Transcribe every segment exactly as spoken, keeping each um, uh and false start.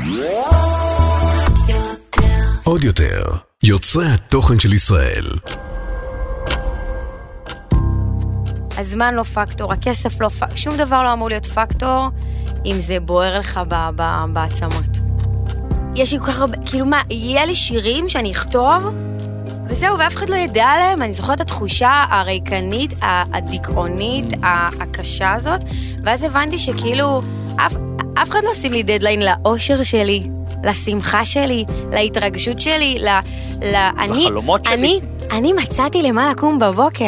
עוד יותר, יוצרי התוכן של ישראל. הזמן לא פקטור, הכסף לא פקטור, שום דבר לא אמור להיות פקטור, אם זה בוער לך בעצמות. יש לי כל כך הרבה, כאילו מה, יהיה לי שירים שאני אכתוב, וזהו, ואף אחד לא ידע עליהם. אני זוכרת את התחושה הריקנית, הדיכאונית, הקשה הזאת, ואז הבנתי שכאילו, אף, אף אחד לא עושים לי דדליין לאושר שלי, לשמחה שלי, להתרגשות שלי, ל, ל, לחלומות אני, שלי. אני, אני מצאתי למה לקום בבוקר.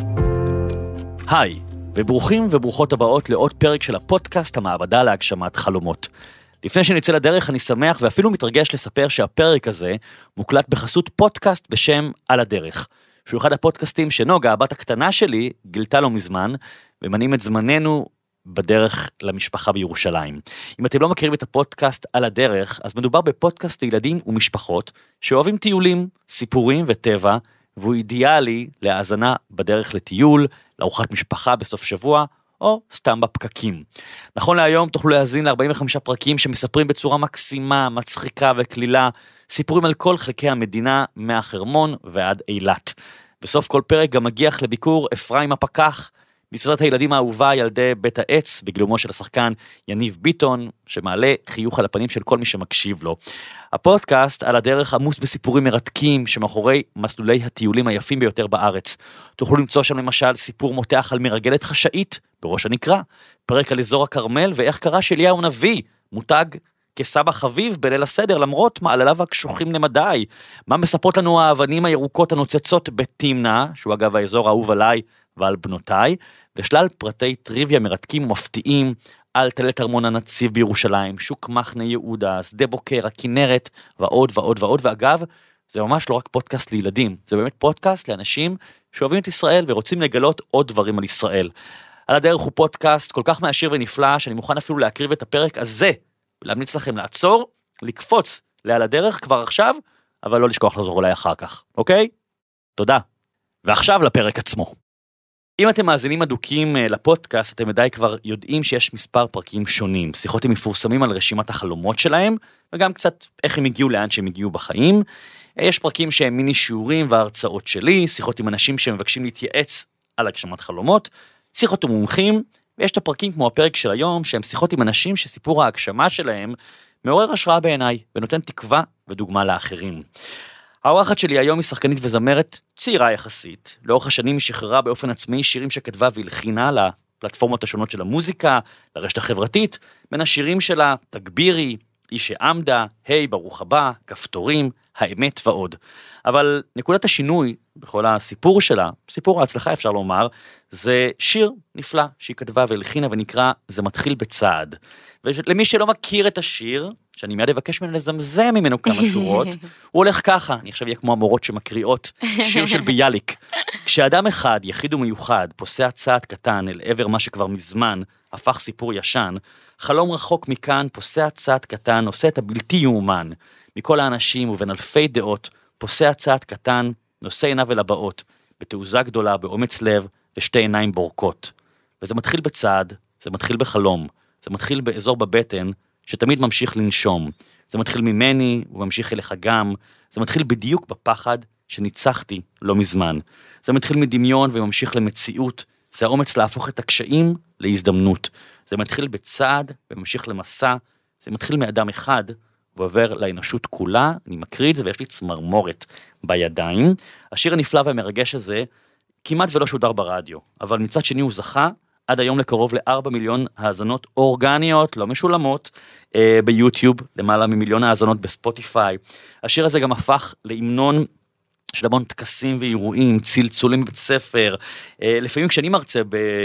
היי, וברוכים וברוכות הבאות לעוד פרק של הפודקאסט המעבדה להגשמת חלומות. לפני שנצא לדרך אני שמח ואפילו מתרגש לספר שהפרק הזה מוקלט בחסות פודקאסט בשם על הדרך, שהוא אחד הפודקאסטים שנוגה, הבת הקטנה שלי, גילתה לו מזמן, ומנים את זמננו בדרך למשפחה בירושלים. אם אתם לא מכירים את הפודקאסט על הדרך, אז מדובר בפודקאסט לילדים ומשפחות שאוהבים טיולים, סיפורים וטבע, והוא אידיאלי להאזנה בדרך לטיול, לארוחת משפחה בסוף שבוע, או סתם בפקקים. נכון להיום תוכלו להאזין ל-ארבעים וחמישה פרקים שמספרים בצורה מקסימה, מצחיקה וכלילה, סיפורים על כל חלקי המדינה, מהחרמון ועד אילת. בסוף כל פרק גם מגיח לביקור אפרים הפקח, מסעדת הילדים האהובה ילדי בית העץ, בגלומו של השחקן יניב ביטון, שמעלה חיוך על הפנים של כל מי שמקשיב לו. הפודקאסט על הדרך עמוס בסיפורים מרתקים, שמאחורי מסלולי הטיולים היפים ביותר בארץ. תוכלו למצוא שם למשל סיפור מותח על מרגלת חשאית, בראש הנקרא, פרק על אזור הכרמל, ואיך קרה שאליהו הנביא מותג כסבא חביב בליל הסדר, למרות מעלליו הקשוחים למדי. מה מספרות לנו האבנים הירוקות הנוצצות בתמנע, שהוא אגב האזור האהוב עליי ועל בנותיי, ושלל פרטי טריוויה מרתקים ומפתיעים על תלת ארמון הנציב בירושלים, שוק מחנה יהודה, שדה בוקר, הכנרת, ועוד ועוד ועוד. ואגב, זה ממש לא רק פודקאסט לילדים, זה באמת פודקאסט לאנשים שאוהבים את ישראל ורוצים לגלות עוד דברים על ישראל. על הדרך הוא פודקאסט כל כך מעשיר ונפלא, שאני מוכן אפילו להקריב את הפרק הזה, ולהמליץ לכם לעצור, לקפוץ לעל הדרך כבר עכשיו, אבל לא לשכוח לחזור אולי אחר כך, אוקיי? תודה. ועכשיו לפרק עצמו. אם אתם מאזינים אדוקים לפודקאסט, אתם ודאי כבר יודעים שיש מספר פרקים שונים, שיחות עם מפורסמים על רשימת החלומות שלהם, וגם קצת איך הם הגיעו לאן שהם הגיעו בחיים. יש פרקים שהם מיני שיעורים והרצאות שלי, שיחות עם אנשים שמבקשים להתייעץ על הגשמת חלומות, שיחות עם מומחים, ויש את הפרקים כמו הפרק של היום, שהם שיחות עם אנשים שסיפור ההגשמה שלהם מעורר השראה בעיניי, ונותן תקווה ודוגמה לאחרים. האורחת שלי היום היא שחקנית וזמרת צעירה יחסית. לאורך השנים היא שחררה באופן עצמאי שירים שכתבה והלחינה לפלטפורמות השונות של המוזיקה, לרשת החברתית, בין השירים שלה, תגבירי, איש שעמדה, היי ברוך הבא, כפתורים, האמת ועוד. אבל נקודת השינוי בכל הסיפור שלה, סיפור ההצלחה אפשר לומר, זה שיר נפלא שהיא כתבה והלחינה ונקרא זה מתחיל בצעד. ולמי שלא מכיר את השיר, שאני מיד אבקש ממנו לזמזם ממנו כמה שורות, הוא הולך ככה, אני עכשיו אהיה כמו המורות שמקריאות שיר של ביאליק. כשאדם אחד, יחיד ומיוחד, פוסע צעד קטן אל עבר מה שכבר מזמן הפך סיפור ישן, חלום רחוק מכאן, פוסע צעד קטן, עושה את הבלתי יאומן. מכל האנשים ובין אלפי דעות, פוסע צעד קטן, נושא עיניו אל הבאות, בתעוזה גדולה, באומץ לב, ושתי עיניים בורקות. וזה מתחיל בצעד, זה מתחיל בחלום, זה מתחיל באזור בבטן, שתמיד ממשיך לנשום. זה מתחיל ממני, הוא ממשיך אליך גם, זה מתחיל בדיוק בפחד שניצחתי לא מזמן. זה מתחיל מדמיון וממשיך למציאות, זה האומץ להפוך את הקשיים להזדמנות. זה מתחיל בצעד וממשיך למסע, זה מתחיל מאדם אחד, ועובר לאנושות כולה, אני מקריא את זה ויש לי צמרמורת בידיים. השיר הנפלא והמרגש הזה כמעט ולא שודר ברדיו, אבל מצד שני הוא זכה עד היום לקרוב לארבע מיליון האזנות אורגניות, לא משולמות, אה, ביוטיוב, למעלה ממיליון האזנות בספוטיפיי. השיר הזה גם הפך להמנון של המון טקסים ואירועים, צלצולים בבית ספר. אה, לפעמים כשאני מרצה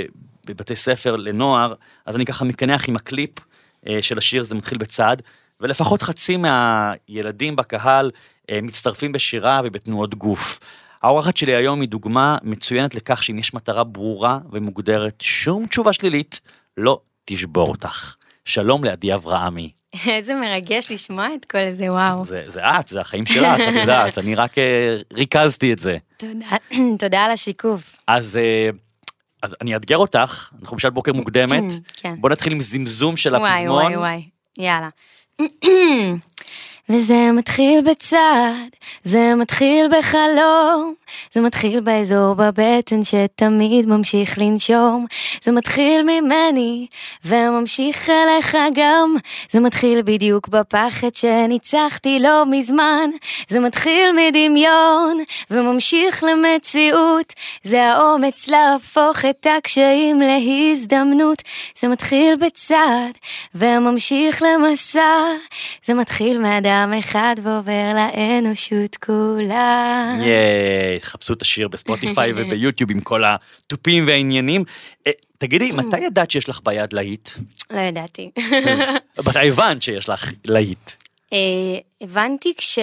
בבתי ספר לנוער, אז אני ככה מקנח עם הקליפ אה, של השיר, זה מתחיל בצעד, ולפחות חצי מהילדים בקהל אה, מצטרפים בשירה ובתנועות גוף. האורחת שלי היום היא דוגמה מצוינת לכך שאם יש מטרה ברורה ומוגדרת, שום תשובה שלילית לא תשבור אותך. שלום לעדי אברהמי. איזה מרגש לשמוע את כל זה, וואו. זה, זה את, זה החיים שלך, את יודעת, אני רק ריכזתי את זה. תודה, תודה על השיקוף. אז, אז אני אתגר אותך, אנחנו בשעת בוקר מוקדמת, כן. בוא נתחיל עם זמזום של וואי, הפזמון. וואי, וואי, יאללה. וזה מתחיל בצד, זה מתחיל בחלום, זה מתחיל באזור בבטן שתמיד ממשיך לנשום, זה מתחיל ממני וממשיך אליך גם, זה מתחיל בדיוק בפחד שניצחתי לא מזמן, זה מתחיל מדמיון וממשיך למציאות, זה האומץ להפוך את הקשיים להזדמנות, זה מתחיל בצד וממשיך למסע, זה מתחיל מאדם אחד ועובר לאנושות כולה. ייי, תחפשו את השיר בספוטיפיי וביוטיוב עם כל הטופים והעניינים. תגידי, מתי ידעת שיש לך ביד להיט? לא ידעתי. מתי הבנת שיש לך להיט? הבנתי כש...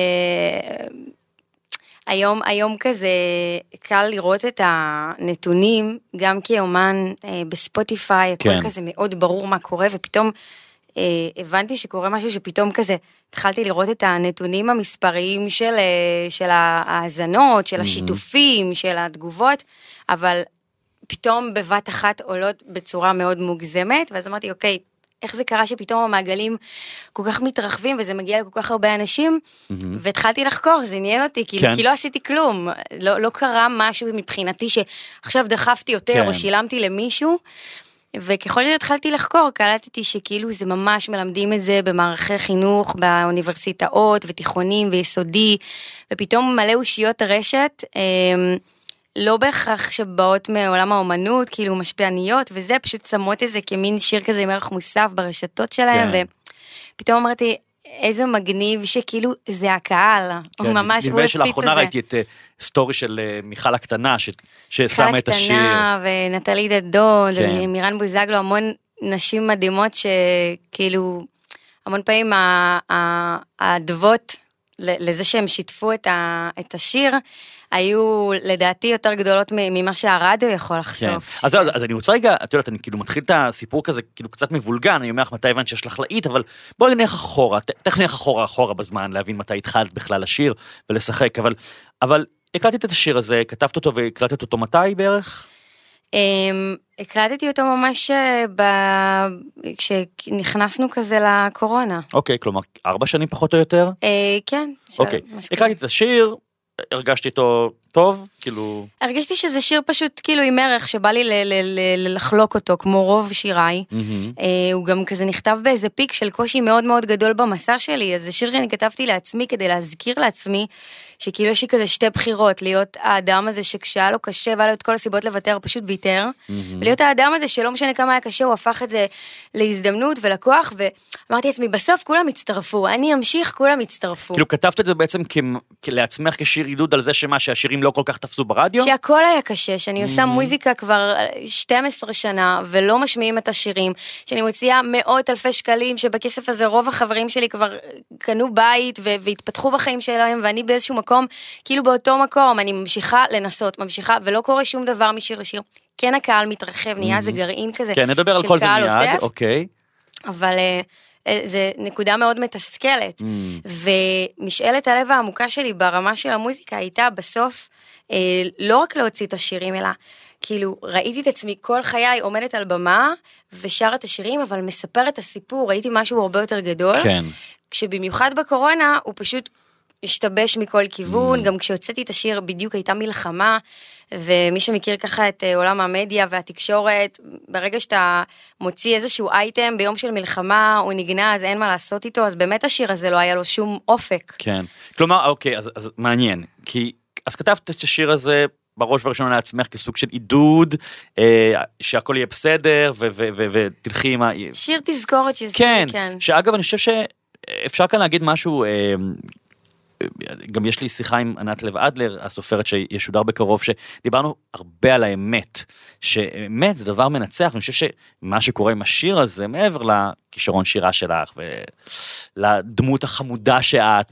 היום, היום כזה קל לראות את הנתונים, גם כאומן בספוטיפיי, הכל כזה מאוד ברור מה קורה, ופתאום הבנתי שקורה משהו שפתאום כזה, התחלתי לראות את הנתונים המספריים של, של ההאזנות, של השיתופים, של התגובות, אבל פתאום בבת אחת עולות בצורה מאוד מוגזמת, ואז אמרתי, אוקיי, איך זה קרה שפתאום המעגלים כל כך מתרחבים, וזה מגיע לכל כך הרבה אנשים, והתחלתי לחקור, זה עניין אותי, כי לא עשיתי כלום, לא קרה משהו מבחינתי שעכשיו דחפתי יותר, או שילמתי למישהו, וככל שהתחלתי לחקור, קלטתי שכאילו זה ממש מלמדים את זה במערכי חינוך, באוניברסיטאות ותיכונים ויסודי, ופתאום מלא אושיות הרשת, לא בהכרח שבאות מעולם האומנות, כאילו משפיעניות, וזה פשוט שמות איזה כמין שיר כזה עם ערך מוסף ברשתות שלהם, ופתאום אמרתי, איזה מגניב שכאילו זה הקהל, הוא ממש, הוא הפיץ את זה. שלאחרונה ראיתי את סטורי של מיכל הקטנה, ששמה את השיר. מיכל הקטנה ונטלי דדון, ומירן בוזגלו, המון נשים מדהימות שכאילו, המון פעמים האדוות לזה שהם שיתפו את השיר, היו לדעתי יותר גדולות ממה שהרדיו יכול לחשוף. אז, אז, אז אני רוצה רגע, את יודעת, אני כאילו מתחיל את הסיפור כזה, כאילו קצת מבולגן, אני אומר לך מתי הבנת שיש לך להיט, אבל בואי נלך אחורה, תכף נלך אחורה אחורה בזמן, להבין מתי התחלת בכלל לשיר ולשחק, אבל, אבל הקלטת את השיר הזה, כתבת אותו והקלטת אותו מתי בערך? הקלטתי אותו ממש כשנכנסנו כזה לקורונה. אוקיי, כלומר, ארבע שנים פחות או יותר? כן. אוקיי, הקלטתי את השיר, הרגשתי אותו טוב, כאילו... הרגשתי שזה שיר פשוט כאילו עם ערך, שבא לי לחלוק אותו, כמו רוב שיריי. הוא גם כזה נכתב באיזה פיק של קושי מאוד מאוד גדול במסע שלי, אז זה שיר שאני כתבתי לעצמי, כדי להזכיר לעצמי, שכאילו יש לי כזה שתי בחירות, להיות האדם הזה שכשהיה לו קשה, והיה לו את כל הסיבות לוותר, פשוט ביטר, ולהיות האדם הזה שלא משנה כמה היה קשה, הוא הפך את זה להזדמנות ולכוח, ואמרתי לעצמי, בסוף כולם הצטרפו, אני אמשיך, כולם הצטרפו. כאילו כתבת את זה בעצם לעצמך כשיר עידוד על זה שמה שהשירים לא כל כך תפסו ברדיו? שהכל היה קשה, שאני עושה מוזיקה כבר שתים עשרה שנה, ולא משמיעים את השירים, שאני מוציאה מאות אלפי שקלים, שבכסף הזה רוב החברים שלי כבר קנו בית, והתפתחו בחיים שלהם, ואני באיזשהו מקום, כאילו באותו מקום, אני ממשיכה לנסות, ממשיכה, ולא קורה שום דבר משיר לשיר. כן הקהל מתרחב, נהיה זה גרעין כזה. כן, נדבר על כל זה מיד, אוקיי. אבל זה נקודה מאוד מתסכלת, ומשאלת הלב העמוקה שלי ברמה של המוזיקה הייתה בסוף, לא רק להוציא את השירים, אלא כאילו ראיתי את עצמי כל חיי עומדת על במה, ושר את השירים, אבל מספר את הסיפור, ראיתי משהו הרבה יותר גדול, כן. כשבמיוחד בקורונה, הוא פשוט השתבש מכל כיוון, גם כשהוצאתי את השיר בדיוק הייתה מלחמה, ומי שמכיר ככה את עולם המדיה והתקשורת, ברגע שאתה מוציא איזשהו אייטם ביום של מלחמה, הוא נגנה, אז אין מה לעשות איתו, אז באמת השיר הזה לא היה לו שום אופק. כן, כלומר, אוקיי, אז, אז מעניין, כי, אז כתבת את השיר הזה בראש ובראשונה לעצמך כסוג של עידוד, אה, שהכל יהיה בסדר, ותלכי עם ה... שיר תזכורת שזה, כן, כן. שאגב, אני חושב שאפשר כאן להגיד משהו... אה, גם יש לי שיחה עם ענת לב אדלר, הסופרת שישודר בקרוב, שדיברנו הרבה על האמת, שאמת זה דבר מנצח, אני חושב שמה שקורה עם השיר הזה, מעבר לכישרון שירה שלך, ולדמות החמודה שאת,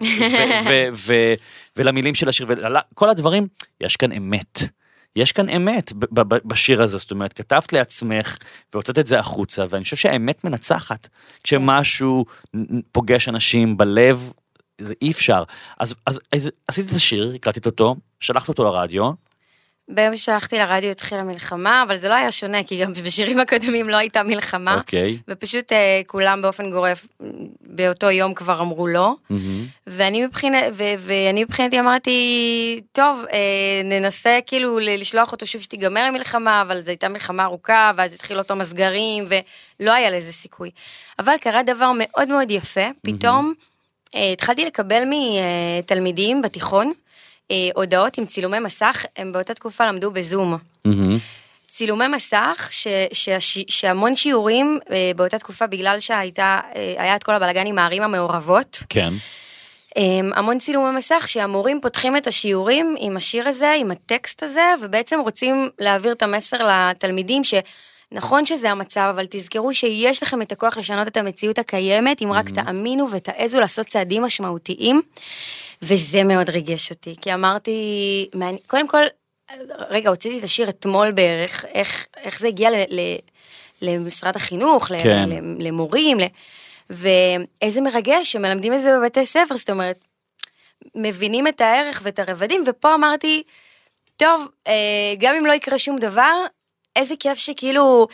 ולמילים של השיר, וכל הדברים, יש כאן אמת. יש כאן אמת בשיר הזה, זאת אומרת, כתבת לעצמך, והוצאת את זה החוצה, ואני חושב שהאמת מנצחת, כשמשהו פוגש אנשים בלב, זה אי אפשר. אז, אז, אז עשיתי את השיר, הקלטתי אותו, שלחת אותו לרדיו. ביום שהלכתי לרדיו התחילה מלחמה, אבל זה לא היה שונה, כי גם בשירים הקודמים לא הייתה מלחמה, אוקיי. ופשוט uh, כולם באופן גורף, באותו יום כבר אמרו לא, mm-hmm. ואני, מבחינה, ו- ואני מבחינתי אמרתי, טוב, uh, ננסה כאילו לשלוח אותו שוב שתיגמר המלחמה, אבל זו הייתה מלחמה ארוכה, ואז התחיל אותו מסגרים, ולא היה לזה סיכוי. אבל קרה דבר מאוד מאוד יפה, פתאום mm-hmm. uh, התחלתי לקבל מתלמידים בתיכון, הודעות עם צילומי מסך, הם באותה תקופה למדו בזום. צילומי מסך, שהמון שיעורים באותה תקופה, בגלל שהייתה, היה את כל הבלגן עם הערים המעורבות. כן. המון צילומי מסך, שהמורים פותחים את השיעורים עם השיר הזה, עם הטקסט הזה, ובעצם רוצים להעביר את המסר לתלמידים, ש... נכון שזה המצב, אבל תזכרו שיש לכם את הכוח לשנות את המציאות הקיימת, אם רק תאמינו ותעזו לעשות צעדים משמעותיים, וזה מאוד ריגש אותי, כי אמרתי, קודם כל, רגע, הוצאתי את השיר אתמול בערך, איך, איך זה הגיע ל, ל, למשרד החינוך, כן. למורים, ואיזה מרגש שמלמדים את זה בבתי ספר, זאת אומרת, מבינים את הערך ואת הרבדים, ופה אמרתי, טוב, גם אם לא יקרה שום דבר, איזה כיף שכאילו,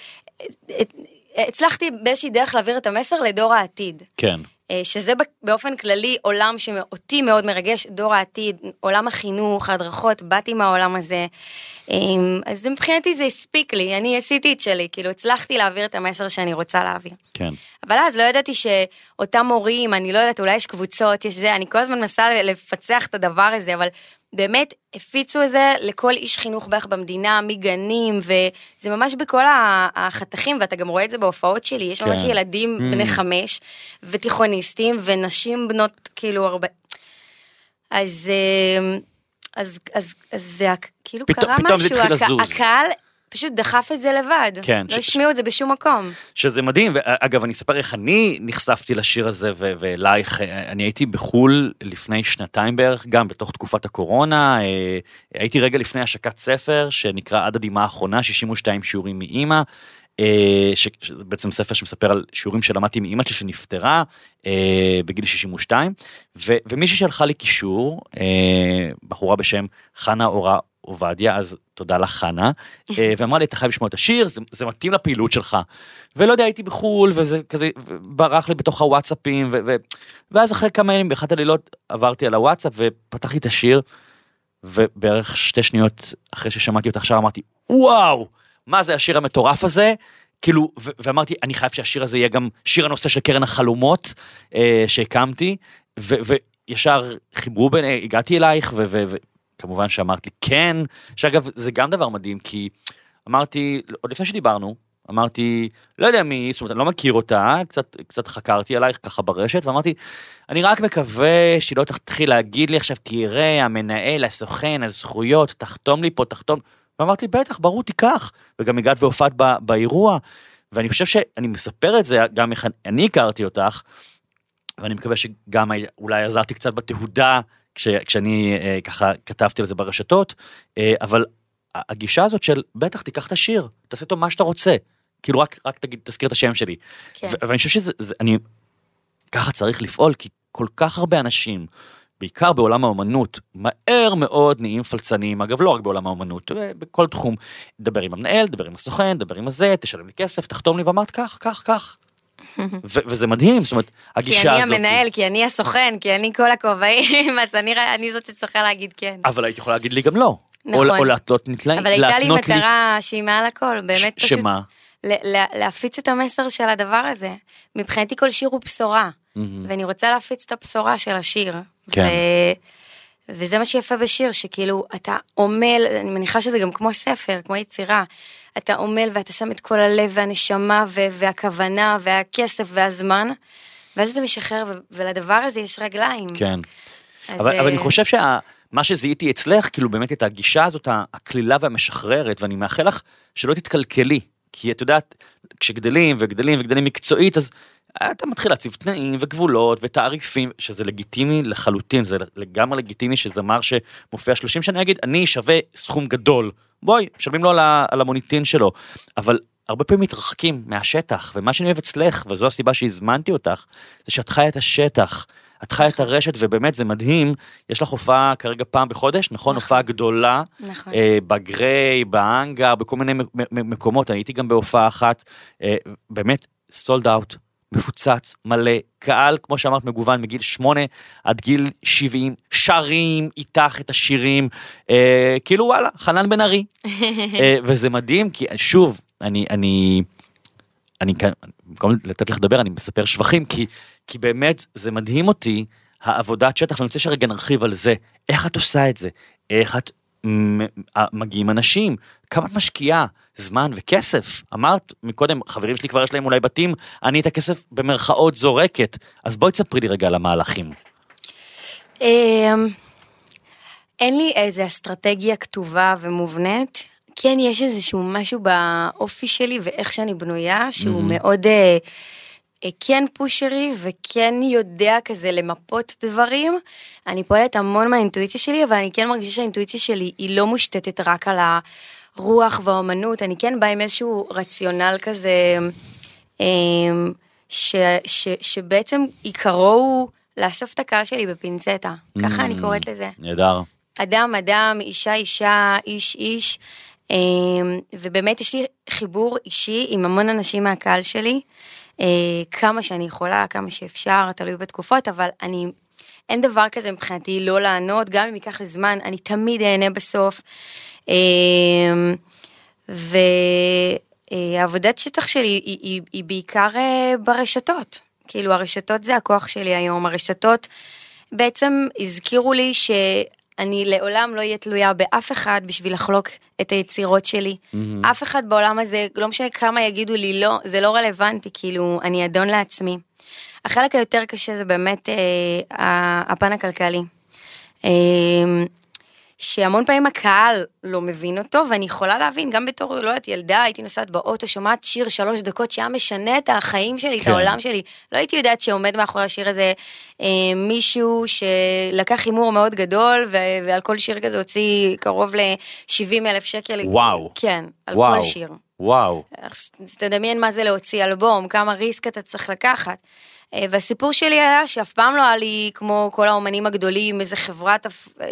הצלחתי באיזושהי דרך להעביר את המסר לדור העתיד. כן. שזה באופן כללי עולם שאותי מאוד מרגש, דור העתיד, עולם החינוך, ההדרכות, באתי מהעולם הזה, אז מבחינתי זה הספיק לי, אני עשיתי את שלי, כאילו הצלחתי להעביר את המסר שאני רוצה להעביר. כן. אבל אז לא ידעתי שאותם מורים, אני לא יודעת, אולי יש קבוצות, יש זה, אני כל הזמן מנסה לפצח את הדבר הזה, אבל באמת הפיצו את זה לכל איש חינוך בערך במדינה, מגנים, וזה ממש בכל החתכים, ואתה גם רואה את זה בהופעות שלי, יש ממש ילדים בני חמש, ותיכוניסטים, ונשים בנות כאילו הרבה. אז, אז, אז, אז זה כאילו קרה משהו, הקהל פשוט דחף את זה לבד, כן, לא השמיעו את זה בשום מקום. שזה מדהים, ואגב, אני אספר איך אני נחשפתי לשיר הזה, ואלייך, אני הייתי בחול לפני שנתיים בערך, גם בתוך תקופת הקורונה, הייתי רגע לפני השקת ספר, שנקרא עד הדמעה האחרונה, שישים ושתיים שיעורים מאמא, שזה בעצם ספר שמספר על שיעורים שלמדתי מאמא שלי שנפטרה, בגיל שישים ושתיים, ומישהי שלחה לי קישור, בחורה בשם חנה אורה, עובדיה, אז תודה לך חנה, ואמרה לי, אתה חייב לשמוע את השיר, זה, זה מתאים לפעילות שלך, ולא יודע, הייתי בחול, וזה כזה, ברח לי בתוך הוואטסאפים, ו, ו, ואז אחרי כמה ימים, באחת הלילות, עברתי על הוואטסאפ, ופתחתי את השיר, ובערך שתי שניות, אחרי ששמעתי אותה עכשיו, אמרתי, וואו, מה זה השיר המטורף הזה? כאילו, ו, ואמרתי, אני חייב שהשיר הזה יהיה גם שיר הנושא של קרן החלומות, אה, שהקמתי, ו, וישר חיברו בין, הגעתי אלייך, ו, ו, ו כמובן שאמרת לי כן, שאגב זה גם דבר מדהים, כי אמרתי, עוד לפני שדיברנו, אמרתי, לא יודע מי, זאת אומרת, אני לא מכיר אותה, קצת, קצת חקרתי עלייך ככה ברשת, ואמרתי, אני רק מקווה שהיא לא תתחיל להגיד לי עכשיו, תראה, המנהל, הסוכן, הזכויות, תחתום לי פה, תחתום, ואמרתי, בטח, ברור, תיקח, וגם הגעת והופעת באירוע, ואני חושב שאני מספר את זה, גם איך אני הכרתי אותך, ואני מקווה שגם אולי עזרתי קצת בתהודה, כש, כשאני אה, ככה כתבתי על זה ברשתות, אה, אבל הגישה הזאת של, בטח תיקח את השיר, תעשה אותו מה שאתה רוצה, כאילו רק, רק תגיד, תזכיר את השם שלי. כן. ו- ואני חושב שזה, זה, אני, ככה צריך לפעול, כי כל כך הרבה אנשים, בעיקר בעולם האומנות, מהר מאוד נהיים פלצנים, אגב לא רק בעולם האומנות, בכל תחום, דבר עם המנהל, דבר עם הסוכן, דבר עם הזה, תשלם לי כסף, תחתום לי, ואמרת כך, כך, כך. ו- וזה מדהים, זאת אומרת, הגישה הזאת... כי אני המנהל, כי אני הסוכן, כי אני כל הכובעים, אז אני, אני זאת שצריכה להגיד כן. אבל היית יכולה להגיד לי גם לא. נכון. או, או להתלות נתלאים. אבל הייתה לי מטרה לי... שהיא מעל הכל, באמת ש- פשוט... שמה? ל- לה- להפיץ את המסר של הדבר הזה. מבחינתי כל שיר הוא בשורה, mm-hmm. ואני רוצה להפיץ את הבשורה של השיר. כן. ו- וזה מה שיפה בשיר, שכאילו אתה עומל, אני מניחה שזה גם כמו ספר, כמו יצירה, אתה עומל ואתה שם את כל הלב והנשמה והכוונה והכסף והזמן, ואז אתה משחרר, ולדבר הזה יש רגליים. כן. אבל, אבל אני חושב שמה שזיהיתי אצלך, כאילו באמת את הגישה הזאת, הכלילה והמשחררת, ואני מאחל לך שלא תתקלקלי, כי את יודעת, כשגדלים וגדלים וגדלים מקצועית, אז אתה מתחיל להציב תנאים וגבולות ותעריפים, שזה לגיטימי לחלוטין, זה לגמרי לגיטימי שזמר שמופיע שלושים שנה יגיד, אני שווה סכום גדול, בואי, משלמים לו על המוניטין שלו, אבל הרבה פעמים מתרחקים מהשטח, ומה שאני אוהב אצלך, וזו הסיבה שהזמנתי אותך, זה שאת חיה את השטח, את חיה את הרשת, ובאמת זה מדהים, יש לך הופעה כרגע פעם בחודש, נכון? הופעה גדולה, נכון. בגריי, באנגר, בכל מיני מקומות, אני הייתי גם בהופעה אחת, באמת סולד אאוט, מפוצץ, מלא, קהל, כמו שאמרת, מגוון, מגיל שמונה עד גיל שבעים, שרים איתך את השירים, אה, כאילו וואלה, חנן בן ארי. אה, וזה מדהים, כי שוב, אני, אני, אני כאן, במקום לתת לך לדבר, אני מספר שבחים, כי, כי באמת זה מדהים אותי, העבודת שטח, ואני רוצה שרגע נרחיב על זה, איך את עושה את זה, איך את מגיעים אנשים, כמה את משקיעה, זמן וכסף, אמרת מקודם, חברים שלי כבר יש להם אולי בתים, אני את הכסף במרכאות זורקת, אז בואי תספרי לי רגע על המהלכים. אין לי איזו אסטרטגיה כתובה ומובנית, כן יש איזשהו משהו באופי שלי ואיך שאני בנויה, שהוא מאוד כן פושרי וכן יודע כזה למפות דברים, אני פועלת המון מהאינטואיציה שלי, אבל אני כן מרגישה שהאינטואיציה שלי היא לא מושתתת רק על הרוח והאומנות, אני כן באה עם איזשהו רציונל כזה, ש, ש, שבעצם עיקרו הוא לאסוף את הקהל שלי בפינצטה, ככה אני קוראת לזה. נהדר. אדם, אדם, אישה, אישה, איש, איש, ובאמת יש לי חיבור אישי עם המון אנשים מהקהל שלי, כמה שאני יכולה, כמה שאפשר, תלוי בתקופות, אבל אני, אין דבר כזה מבחינתי לא לענות, גם אם ייקח לזמן, אני תמיד אענה בסוף, והעבודת שטח שלי היא, היא, היא בעיקר ברשתות, כאילו הרשתות זה הכוח שלי היום, הרשתות בעצם הזכירו לי ש... אני לעולם לא אהיה תלויה באף אחד בשביל לחלוק את היצירות שלי. Mm-hmm. אף אחד בעולם הזה, לא משנה כמה יגידו לי, לא, זה לא רלוונטי, כאילו, אני אדון לעצמי. החלק היותר קשה זה באמת אה, הפן הכלכלי. אה, שהמון פעמים הקהל לא מבין אותו, ואני יכולה להבין, גם בתור, לא יודעת, ילדה, הייתי נוסעת באוטו, שומעת שיר שלוש דקות, שהיה משנה את החיים שלי, כן. את העולם שלי. לא הייתי יודעת שעומד מאחורי השיר הזה, אה, מישהו שלקח הימור מאוד גדול, ו- ועל כל שיר כזה הוציא קרוב ל-שבעים אלף שקל. וואו. כן, על וואו. כל שיר. וואו. תדמיין מה זה להוציא אלבום, כמה ריסק אתה צריך לקחת. והסיפור שלי היה שאף פעם לא היה לי, כמו כל האומנים הגדולים, איזה חברת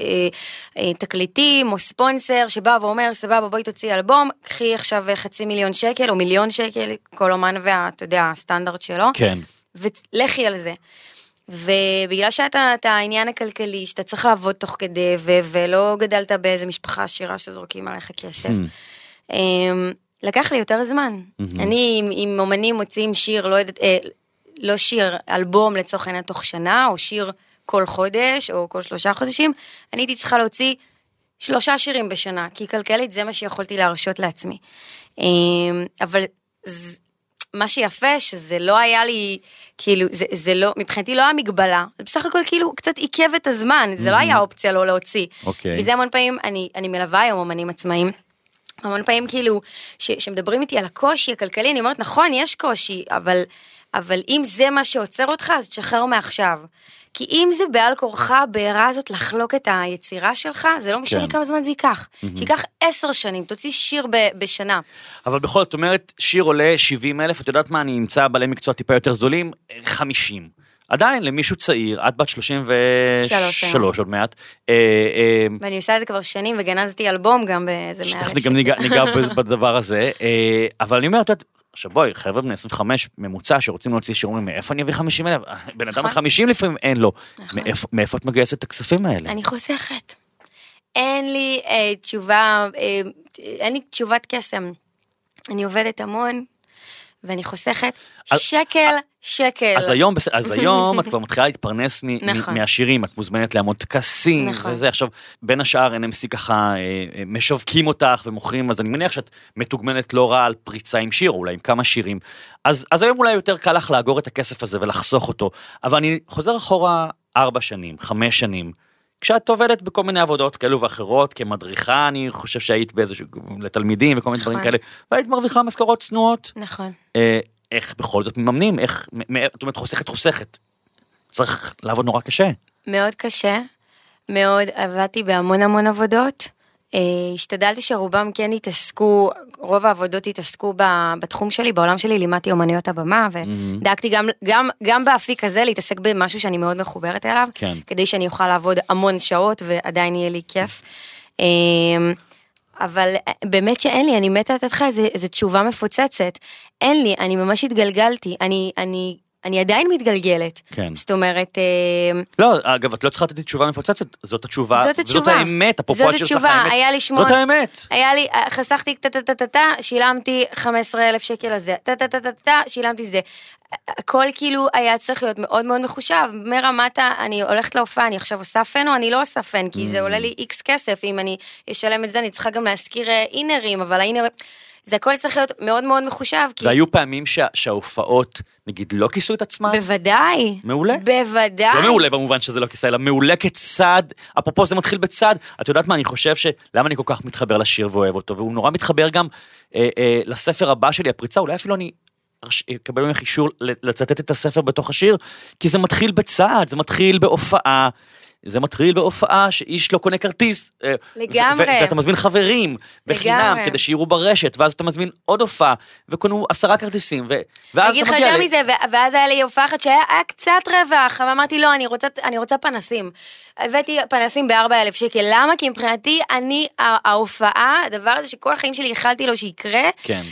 תקליטים או ספונסר, שבא ואומר, סבבה, בואי תוציא אלבום, קחי עכשיו חצי מיליון שקל או מיליון שקל, כל אומן ואתה יודע, הסטנדרט שלו. כן. ולכי על זה. ובגלל שאתה את העניין הכלכלי, שאתה צריך לעבוד תוך כדי, ו- ולא גדלת באיזה משפחה עשירה שזורקים עליך כסף, hmm. לקח לי יותר זמן. Mm-hmm. אני, עם אומנים מוציאים שיר, לא יודעת, אה, לא שיר, אלבום לצורך העניין תוך שנה, או שיר כל חודש, או כל שלושה חודשים, אני הייתי צריכה להוציא שלושה שירים בשנה, כי כלכלית זה מה שיכולתי להרשות לעצמי. אבל מה שיפה, שזה לא היה לי, כאילו, זה, זה לא, מבחינתי לא היה מגבלה, זה בסך הכל כאילו קצת עיכב את הזמן, זה לא היה אופציה לא להוציא. אוקיי. כי זה המון פעמים, אני, אני מלווה היום אומנים עצמאיים, המון פעמים כאילו, ש, שמדברים איתי על הקושי הכלכלי, אני אומרת, נכון, יש קושי, אבל, אבל אם זה מה שעוצר אותך, אז תשחרר מעכשיו. כי אם זה בעל כורחה, בעירה הזאת לחלוק את היצירה שלך, זה לא משנה כמה זמן זה ייקח. שיקח עשר שנים, תוציא שיר בשנה. אבל בכל זאת, אומרת, שיר עולה שבעים אלף, את יודעת מה, אני אמצא בעלי מקצוע טיפה יותר זולים, חמישים. עדיין, למישהו צעיר, את בת שלושים ושלוש עוד מעט. ואני עושה את זה כבר שנים, וגנזתי אלבום גם באיזה מאה אלף. גם ניגע בדבר הזה, אבל אני אומרת, עכשיו בואי, חבר'ה בני עשרים וחמש ממוצע שרוצים להוציא שירים, מאיפה אני אביא חמישים אלף? בן אדם חמישים לפעמים אין לו. מאיפה את מגייסת את הכספים האלה? אני חוסכת. אין לי תשובה, אין לי תשובת קסם. אני עובדת המון, ואני חוסכת שקל, שקל. אז היום, אז היום את כבר מתחילה להתפרנס מהשירים, את מוזמנת לעמוד טקסים, וזה עכשיו, בין השאר אן אם סי ככה משווקים אותך ומוכרים, אז אני מניח שאת מתוגמנת לא רע על פריצה עם שיר, אולי עם כמה שירים, אז, אז היום אולי יותר קל לך לאגור את הכסף הזה ולחסוך אותו, אבל אני חוזר אחורה ארבע שנים, חמש שנים, כשאת עובדת בכל מיני עבודות כאלו ואחרות, כמדריכה, אני חושב שהיית באיזשהו, לתלמידים וכל מיני דברים כאלה, והיית מרוויחה משכורות צנועות. נכון. איך בכל זאת מממנים, איך, זאת אומרת, חוסכת, חוסכת. צריך לעבוד נורא קשה. מאוד קשה, מאוד עבדתי בהמון המון עבודות, השתדלתי שרובם כן התעסקו, רוב העבודות התעסקו בתחום שלי, בעולם שלי לימדתי אומנויות הבמה, ודאגתי גם, גם, גם באפיק הזה להתעסק במשהו שאני מאוד מחוברת אליו, כן. כדי שאני אוכל לעבוד המון שעות, ועדיין יהיה לי כיף. אבל באמת שאין לי, אני מתה לתת לך איזו תשובה מפוצצת. אין לי, אני ממש התגלגלתי, אני, אני, אני עדיין מתגלגלת. כן. זאת אומרת... לא, אגב, את לא צריכה לתת תשובה מפוצצת, זאת התשובה, זאת התשובה. זאת האמת, אפרופו השיר שלך האמת. היה לי שמות, זאת האמת. היה לי, חסכתי טה-טה-טה-טה, שילמתי חמישה עשר אלף שקל לזה, טה-טה-טה-טה, שילמתי זה. הכל כאילו היה צריך להיות מאוד מאוד מחושב, מרמת, אני הולכת להופעה, אני עכשיו עושה פן או אני לא עושה פן, כי זה עולה לי איקס כסף, אם אני אשלם את זה, אני צריכה גם להזכיר אינרים, אבל האינרים, זה הכל צריך להיות מאוד מאוד מחושב. והיו פעמים שההופעות, נגיד, לא כיסו את עצמם? בוודאי. מעולה? בוודאי. לא מעולה במובן שזה לא כיסה, אלא מעולה כצד, אפרופו זה מתחיל בצד, את יודעת מה, אני חושב שלמה אני כל כך מתחבר לשיר ואוהב אותו, והוא נורא מתחבר גם אה, אה, לספר הבא שלי, הפריצה, אולי אפילו אני אקבל ממך אישור לצטט את הספר בתוך השיר, כי זה מתחיל בצד, זה מתחיל בהופעה, זה מתחיל בהופעה שאיש לא קונה כרטיס. לגמרי. ואתה מזמין חברים בחינם, כדי שיראו ברשת, ואז אתה מזמין עוד הופעה, וקונו עשרה כרטיסים, ואז אתה מגיע... אגיד לך מזה, ואז היה לי הופעה אחת שהיה קצת רווח, ואמרתי, לא, אני רוצה פנסים. הבאתי פנסים בארבע אלף שקל, למה? כי מבחינתי, אני, ההופעה, הדבר הזה שכל החיים שלי יכלתי לו שיקרה,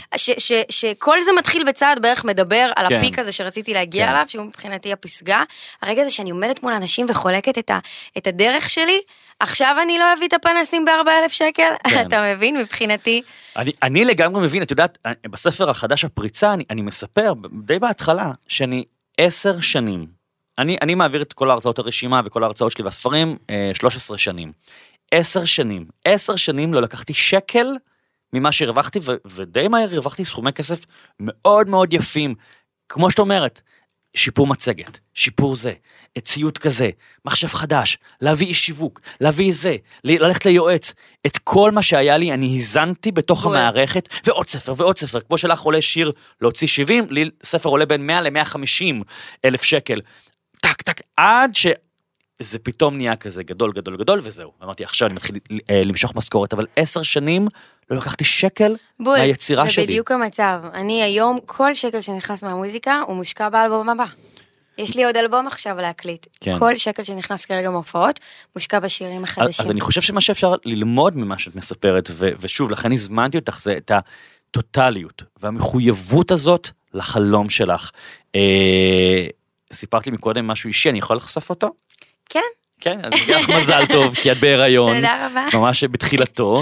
שכל זה מתחיל בצעד בערך מדבר על הפיק הזה שרציתי להגיע עליו, שהוא מבחינתי הפסגה. הרגע הזה שאני עומדת מול אנשים וחולקת את ה את הדרך שלי, עכשיו אני לא אביא את הפנסים בארבע אלף שקל, אתה מבין מבחינתי? אני, אני לגמרי מבין, את יודעת, בספר החדש הפריצה, אני, אני מספר די בהתחלה, שאני עשר שנים, אני, אני מעביר את כל ההרצאות הרשימה, וכל ההרצאות שלי והספרים, שלוש עשרה שנים, עשר שנים, עשר שנים לא לקחתי שקל, ממה שהרווחתי, ו, ודי מהר הרווחתי סכומי כסף, מאוד מאוד יפים, כמו שאת אומרת, שיפור מצגת, שיפור זה, ציוד כזה, מחשב חדש, להביא איש שיווק, להביא זה, ללכת ליועץ, את כל מה שהיה לי, אני הזנתי בתוך המערכת, ועוד ספר ועוד ספר, כמו שלך עולה שיר להוציא שבעים, לי ספר עולה בין מאה למאה וחמישים אלף שקל, טק טק, עד שזה פתאום נהיה כזה גדול גדול גדול, וזהו, אמרתי עכשיו אני מתחיל למשוך משכורת, אבל עשר שנים לא לקחתי שקל בול, מהיצירה זה שלי. זה בדיוק המצב, אני היום כל שקל שנכנס מהמוזיקה, הוא מושקע באלבום הבא. יש לי עוד אלבום עכשיו להקליט. כן. כל שקל שנכנס כרגע מהופעות, מושקע בשירים החדשים. אז אני חושב שמה שאפשר ללמוד ממה שאת מספרת, ו- ושוב, לכן הזמנתי אותך, זה את הטוטליות, והמחויבות הזאת לחלום שלך. אה, סיפרת לי מקודם משהו אישי, אני יכול לחשוף אותו? כן. כן, אז מגיע לך מזל טוב, כי את בהיריון. תודה רבה. ממש בתחילתו.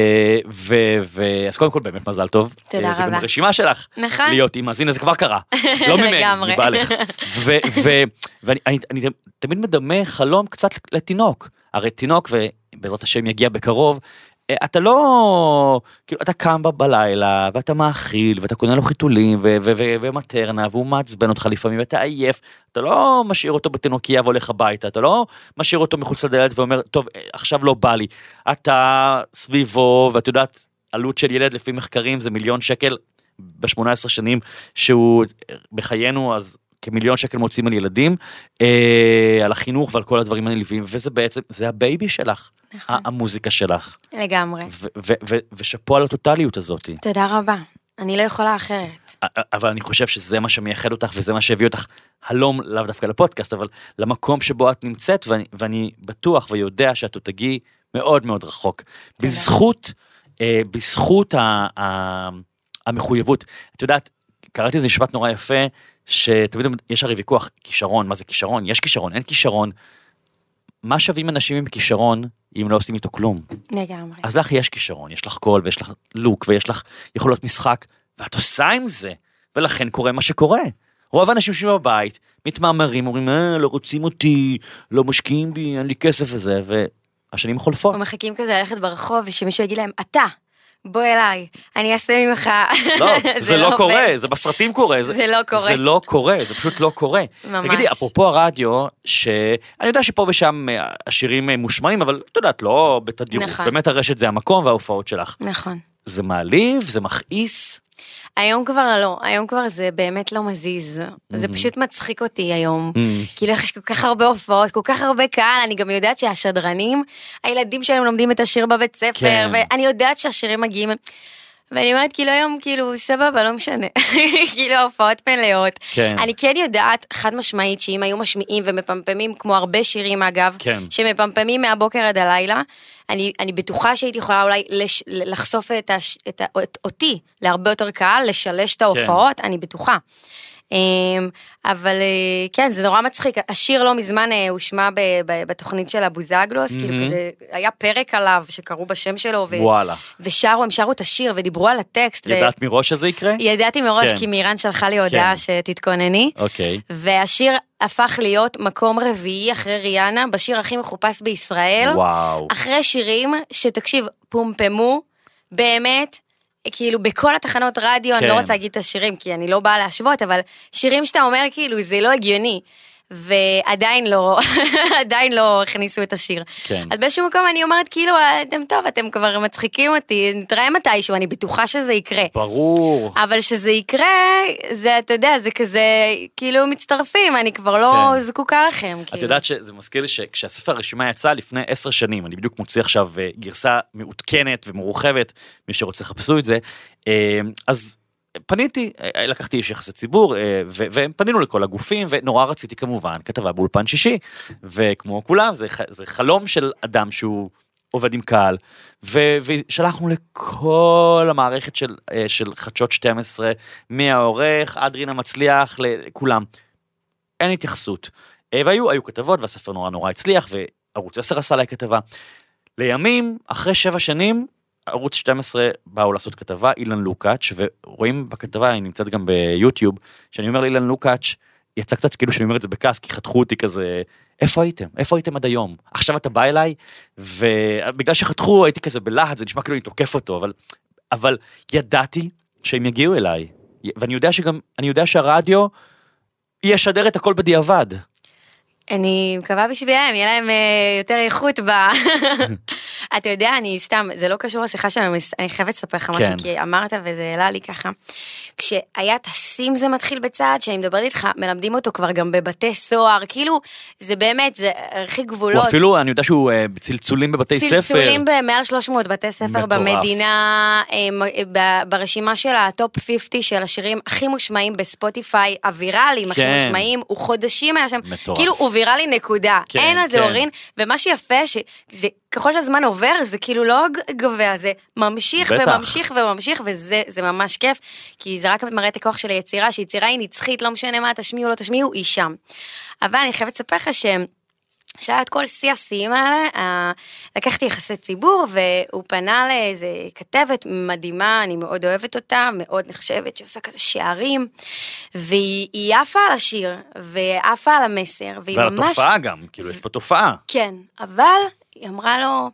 אז קודם כל באמת מזל טוב. תודה רבה. זה גם הרשימה שלך. נכון. להיות אימא, אז הנה זה כבר קרה. לא ממני, מבא לך. ואני תמיד מדמה חלום קצת לתינוק. הרי תינוק, ובעזרת השם יגיע בקרוב, אתה לא, כאילו, אתה קם בלילה, ואתה מאכיל, ואתה קונה לו חיתולים, ומטרנה, והוא מעצבן אותך לפעמים, ואתה עייף, אתה לא משאיר אותו בתינוקיה והולך הביתה, אתה לא משאיר אותו מחוץ לדלת ואומר, טוב, עכשיו לא בא לי. אתה סביבו, ואת יודעת, עלות של ילד לפי מחקרים זה מיליון שקל ב-שמונה עשרה שנים, שהוא בחיינו, אז כמיליון שקל מוצאים על ילדים, אה, על החינוך ועל כל הדברים הנלווים, וזה בעצם, זה הבייבי שלך, נכון. המוזיקה שלך. לגמרי. ו- ו- ו- ושפו על הטוטליות הזאת. תודה רבה, אני לא יכולה אחרת. אבל אני חושב שזה מה שמייחד אותך, וזה מה שהביא אותך, הלום, לאו דווקא לפודקאסט, אבל למקום שבו את נמצאת, ואני, ואני בטוח ויודע שאת תגיעי מאוד מאוד רחוק. תודה. בזכות, אה, בזכות ה- ה- המחויבות, את יודעת, קראתי איזה משפט נורא יפה, שתמיד יש הרי ויכוח, כישרון, מה זה כישרון? יש כישרון, אין כישרון. מה שווים אנשים עם כישרון, אם לא עושים איתו כלום? לגמרי. אז לך יש כישרון, יש לך קול, ויש לך לוק, ויש לך יכולות משחק, ואת עושה עם זה, ולכן קורה מה שקורה. רוב האנשים שבבית, מתמאמרים, אומרים, אה, לא רוצים אותי, לא משקיעים בי, אין לי כסף וזה, והשנים חולפות. ומחכים כזה ללכת ברחוב, ושמישהו יגיד להם, אתה, בוא אליי, אני אעשה ממך. לא, זה לא קורה, זה בסרטים קורה. זה לא קורה. זה לא קורה, זה פשוט לא קורה. ממש. תגידי, אפרופו הרדיו, שאני יודע שפה ושם השירים מושמעים, אבל את יודעת, לא בתדירות. נכון. באמת הרשת זה המקום וההופעות שלך. נכון. זה מעליב, זה מכעיס. היום כבר לא, היום כבר זה באמת לא מזיז, זה פשוט מצחיק אותי היום, כאילו יש כל כך הרבה הופעות, כל כך הרבה קהל, אני גם יודעת שהשדרנים, הילדים שלהם לומדים את השיר בבית ספר, ואני יודעת שהשירים מגיעים, ואני אומרת, כאילו היום, כאילו, סבבה, לא משנה. כאילו, הופעות מלאות. כן. אני כן יודעת, חד משמעית, שאם היו משמיעים ומפמפמים, כמו הרבה שירים, אגב, כן. שמפמפמים מהבוקר עד הלילה, אני, אני בטוחה שהייתי יכולה אולי לש, לחשוף את, הש, את, את אותי להרבה יותר קהל, לשלש את ההופעות, כן. אני בטוחה. אבל כן, זה נורא מצחיק, השיר לא מזמן הושמע בתוכנית של הבוזגלוס, כאילו כזה, היה פרק עליו שקראו בשם שלו, ושרו, הם שרו את השיר ודיברו על הטקסט. ידעת מראש שזה יקרה? ידעתי מראש, כי מירן שלחה לי הודעה שתתכונני, והשיר הפך להיות מקום רביעי אחרי ריאנה, בשיר הכי מחופש בישראל, אחרי שירים שתקשיב, פומפמו, באמת, כאילו בכל התחנות רדיו, כן. אני לא רוצה להגיד את השירים, כי אני לא באה להשוות, אבל שירים שאתה אומר כאילו זה לא הגיוני, ועדיין לא, עדיין לא הכניסו את השיר. כן. אז באיזשהו מקום אני אומרת כאילו, אתם טוב, אתם כבר מצחיקים אותי, נתראה מתישהו, אני בטוחה שזה יקרה. ברור. אבל שזה יקרה, זה, אתה יודע, זה כזה, כאילו מצטרפים, אני כבר לא כן. זקוקה לכם. את כאילו. יודעת שזה מזכיר לי שכשהספר הרשימה יצא לפני עשר שנים, אני בדיוק מוציא עכשיו גרסה מעודכנת ומורחבת, מי שרוצה לחפשו את זה, אז פניתי, לקחתי איש יחסי ציבור, ופנינו לכל הגופים, ונורא רציתי כמובן כתבה באולפן שישי, וכמו כולם, זה, זה חלום של אדם שהוא עובד עם קהל, ושלחנו לכל המערכת של, של חדשות שתים עשרה, מהעורך, עד רינה מצליח, לכולם. אין התייחסות. והיו היו כתבות, והספר נורא נורא הצליח, וערוץ עשר עשה לה כתבה. לימים, אחרי שבע שנים, ערוץ שתים עשרה באו לעשות כתבה, אילן לוקאץ', ורואים בכתבה, היא נמצאת גם ביוטיוב, שאני אומר לאילן לוקאץ', יצא קצת כאילו שאני אומר את זה בכעס, כי חתכו אותי כזה, איפה הייתם? איפה הייתם עד היום? עכשיו אתה בא אליי, ובגלל שחתכו הייתי כזה בלהט, זה נשמע כאילו אני תוקף אותו, אבל, אבל ידעתי שהם יגיעו אליי, ואני יודע שגם, אני יודע שהרדיו ישדר את הכל בדיעבד. אני מקווה בשבילם, יהיה להם יותר איכות ב... אתה יודע, אני סתם, זה לא קשור לשיחה שלנו, אני חייבת לספר לך משהו, כי אמרת וזה העלה לי ככה. כשהיה תשים זה מתחיל בצעד, שאני מדברת איתך, מלמדים אותו כבר גם בבתי סוהר, כאילו, זה באמת, זה ערכי גבולות. הוא אפילו, אני יודע שהוא בצלצולים בבתי ספר. צלצולים במעל שלוש מאות בתי ספר במדינה, ברשימה של הטופ חמישים של השירים הכי מושמעים בספוטיפיי, הוויראלים הכי מושמעים, הוא חודשים היה שם, כאילו הוא ויראלי נקודה, אין על זה הורין, ומה שיפה שזה, ככל שהזמן עובר, זה כאילו לא גבוה, זה ממשיך וממשיך וממשיך, וזה ממש כיף, כי זה רק מראה את הכוח של היצירה, שיצירה היא נצחית, לא משנה מה תשמיעו או לא תשמיעו, היא שם. אבל אני חייבת לספר לך שהם, שהיה את כל שיא השיאים האלה, לקחתי יחסי ציבור, והוא פנה לאיזה כתבת מדהימה, אני מאוד אוהבת אותה, מאוד נחשבת, שעושה כזה שערים, והיא עפה על השיר, ועפה על המסר, והיא ועל ממש... התופעה גם, כאילו יש פה תופעה. כן, אבל היא אמרה לו,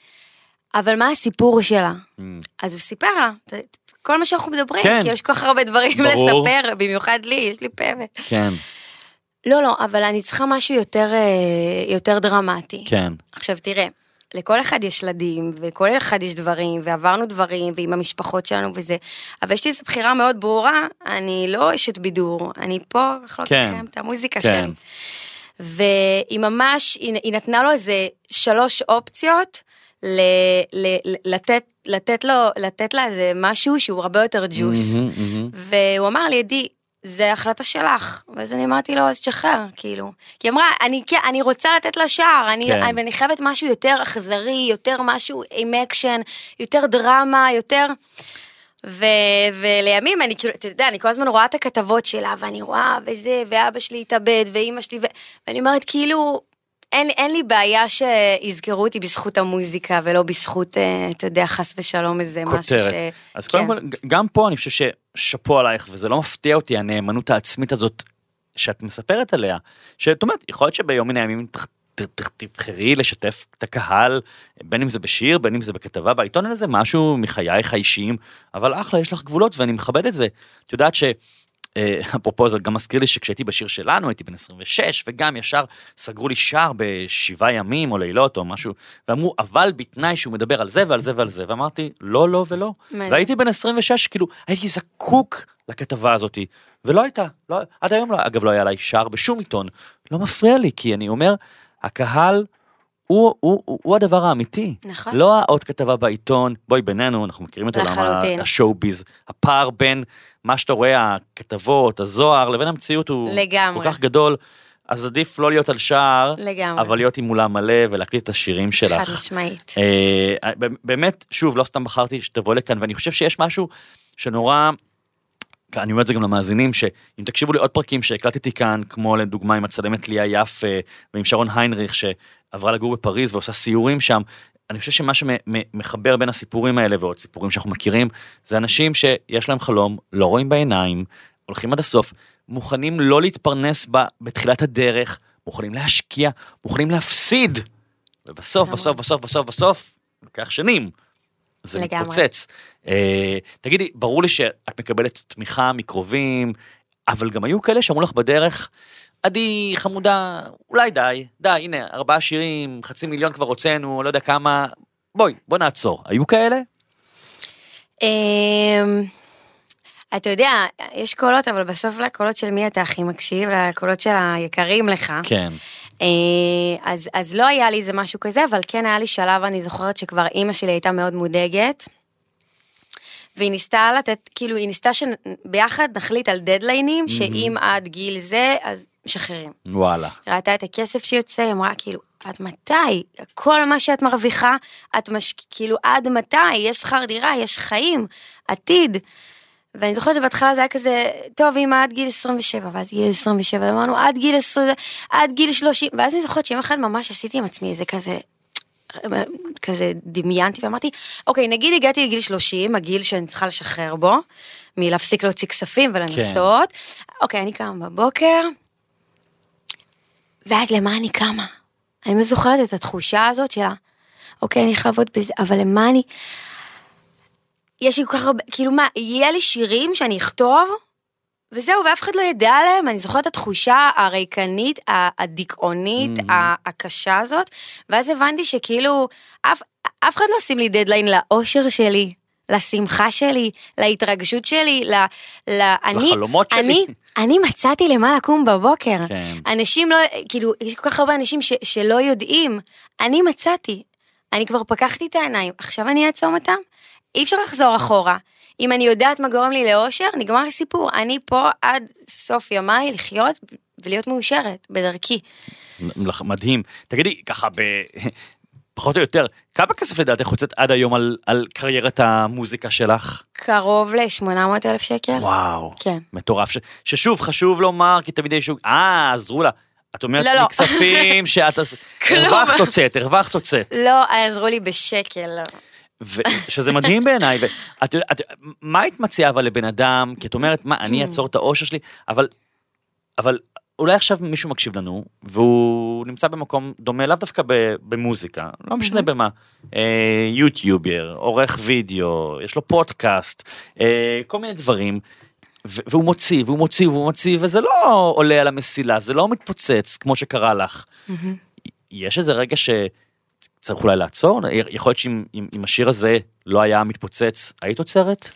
אבל מה הסיפור שלה? Mm. אז הוא סיפר לה, כל מה שאנחנו מדברים, כן. כי יש כל כך הרבה דברים ברור. לספר, במיוחד לי, יש לי פבת. כן. לא, לא, אבל אני צריכה משהו יותר, יותר דרמטי. כן. עכשיו תראה, לכל אחד יש ילדים, וכל אחד יש דברים, ועברנו דברים, ועם המשפחות שלנו וזה, אבל יש לי איזו בחירה מאוד ברורה, אני לא אשת בידור, אני פה לחלוק כן. לכם את המוזיקה כן. שלי. והיא ממש, היא, היא נתנה לו איזה שלוש אופציות, ל, ל, לתת, לתת לו, לתת לה איזה משהו שהוא הרבה יותר ג'וס. Mm-hmm, mm-hmm. והוא אמר לי, עדי, זה החלטה שלך, ואז אני אמרתי לו, אז שחרר, כאילו. כי אמרה, אני, אני רוצה לתת לה שער, אני, כן. אני, אני חייבת משהו יותר אכזרי, יותר משהו עם אקשן, יותר דרמה, יותר... ו, ולימים, אני כאילו, אתה יודע, אני כל הזמן רואה את הכתבות שלה, ואני רואה, וזה, ואבא שלי התאבד, ואמא שלי, ו... ואני אומרת, כאילו, אין, אין לי בעיה שיזכרו אותי בזכות המוזיקה, ולא בזכות, אתה יודע, חס ושלום איזה כותרת. משהו ש... אז קודם כל, גם פה אני חושב ששפו עלייך, וזה לא מפתיע אותי, הנאמנות העצמית הזאת, שאת מספרת עליה, שאת אומרת, יכול להיות שביום מן הימים תבחרי לשתף את הקהל, בין אם זה בשיר, בין אם זה בכתבה, בעיתון הזה משהו מחייך האישיים, אבל אחלה, יש לך גבולות ואני מכבד את זה. את יודעת ש... אפרופו זה גם מזכיר לי שכשהייתי בשיר שלנו, הייתי בן עשרים ושש, וגם ישר סגרו לי שער בשבעה ימים או לילות או משהו, ואמרו, אבל בתנאי שהוא מדבר על זה ועל זה ועל זה, ואמרתי, לא, לא ולא. והייתי בן עשרים ושש, כאילו, הייתי זקוק לכתבה הזאת, ולא הייתה, לא, עד היום לא, אגב לא היה עליי שער בשום עיתון, לא מפריע לי, כי אני אומר, הקהל הוא, הוא, הוא, הוא הדבר האמיתי. נכון. לא העוד כתבה בעיתון, בואי בינינו, אנחנו מכירים את עולם השואו-ביז, הפער בין מה שאתה רואה, הכתבות, הזוהר, לבין המציאות הוא לגמרי. כל כך גדול, אז עדיף לא להיות על שער, לגמרי. אבל להיות עם אולם מלא ולהקליט את השירים שלך. חד משמעית. אה, באמת, שוב, לא סתם בחרתי שתבוא לכאן, ואני חושב שיש משהו שנורא, אני אומר את זה גם למאזינים, שאם תקשיבו לי עוד פרקים שהקלטתי כאן, כמו לדוגמה עם הצלמת ליה יפה, ועם שרון היינריך, שעברה לגור בפריז ועושה סיורים שם, אני חושב שמה שמחבר בין הסיפורים האלה, ועוד סיפורים שאנחנו מכירים, זה אנשים שיש להם חלום, לא רואים בעיניים, הולכים עד הסוף, מוכנים לא להתפרנס בה, בתחילת הדרך, מוכנים להשקיע, מוכנים להפסיד, ובסוף, בסוף, בסוף, בסוף, בסוף, לוקח שנים. זה מתפוצץ. אה, תגידי, ברור לי שאת מקבלת תמיכה מקרובים, אבל גם היו כאלה שאמרו לך בדרך, עדי חמודה, אולי די, די, הנה, ארבעה שירים, חצי מיליון כבר הוצאנו, לא יודע כמה, בואי, בוא נעצור. היו כאלה? אתה יודע, יש קולות, אבל בסוף לקולות של מי אתה הכי מקשיב, לקולות של היקרים לך. כן. אז, אז לא היה לי איזה משהו כזה, אבל כן היה לי שלב, אני זוכרת שכבר אימא שלי הייתה מאוד מודאגת, והיא ניסתה לתת, כאילו היא ניסתה שביחד נחליט על דדליינים, שאם עד גיל זה, אז משחררים. וואלה. ראתה את הכסף שיוצא, היא אמרה, כאילו, עד מתי? כל מה שאת מרוויחה, את מש... כאילו, עד מתי? יש שכר דירה, יש חיים, עתיד. ואני זוכרת שבהתחלה זה היה כזה, טוב, אמא, עד גיל עשרים ושבע, ואז גיל עשרים ושבע, אמרנו, עד גיל עשרים, עד גיל שלושים, ואז אני זוכרת שיום אחד ממש עשיתי עם עצמי איזה כזה, כזה דמיינתי, ואמרתי, אוקיי, נגיד הגעתי לגיל שלושים, הגיל שאני צריכה לשחרר בו, מלהפסיק להוציא כספים ולנסות, כן. אוקיי, אני קמה בבוקר, ואז למה אני קמה? אני זוכרת את התחושה הזאת שלה, אוקיי, אני איך לעבוד בזה, אבל למה אני... יש לי כל כך הרבה, כאילו מה, יהיה לי שירים שאני אכתוב, וזהו, ואף אחד לא ידע עליהם, אני זוכרת את התחושה הריקנית, הדיכאונית, mm-hmm. הקשה הזאת, ואז הבנתי שכאילו, אף, אף אחד לא עושים לי דדליין לאושר שלי, לשמחה שלי, להתרגשות שלי, ל, ל, לחלומות אני, שלי. אני, אני מצאתי למה לקום בבוקר. כן. אנשים לא, כאילו, יש כל כך הרבה אנשים ש, שלא יודעים, אני מצאתי, אני כבר פקחתי את העיניים, עכשיו אני אעצום אותם, אי אפשר לחזור אחורה. אם אני יודעת מה גורם לי לאושר, נגמר הסיפור. אני פה עד סוף ימיי לחיות ולהיות מאושרת בדרכי. מדהים. תגידי, ככה, ב... פחות או יותר, כמה כסף לדעתך הוצאת עד היום על, על קריירת המוזיקה שלך? קרוב ל-שמונה מאות אלף שקל. וואו. כן. מטורף. ש... ששוב, חשוב לומר, כי תמיד יש... אה, עזרו לה. את אומרת לי כספים שאת... הרווחת הוצאת, הרווחת הוצאת. לא, עזרו לי בשקל, לא. שזה מדהים בעיניי, ואת, את, מה היית מציעה אבל לבן אדם, כי את אומרת, מה, אני אעצור את האושר שלי, אבל, אבל אולי עכשיו מישהו מקשיב לנו, והוא נמצא במקום דומה, לאו דווקא במוזיקה, לא משנה במה, יוטיובר, עורך וידאו, יש לו פודקאסט, כל מיני דברים, והוא מוציא, והוא מוציא, והוא מוציא, וזה לא עולה על המסילה, זה לא מתפוצץ, כמו שקרה לך. יש איזה רגע ש... צריך אולי לעצור? יכול להיות שאם אם השיר הזה לא היה מתפוצץ, היית עוצרת?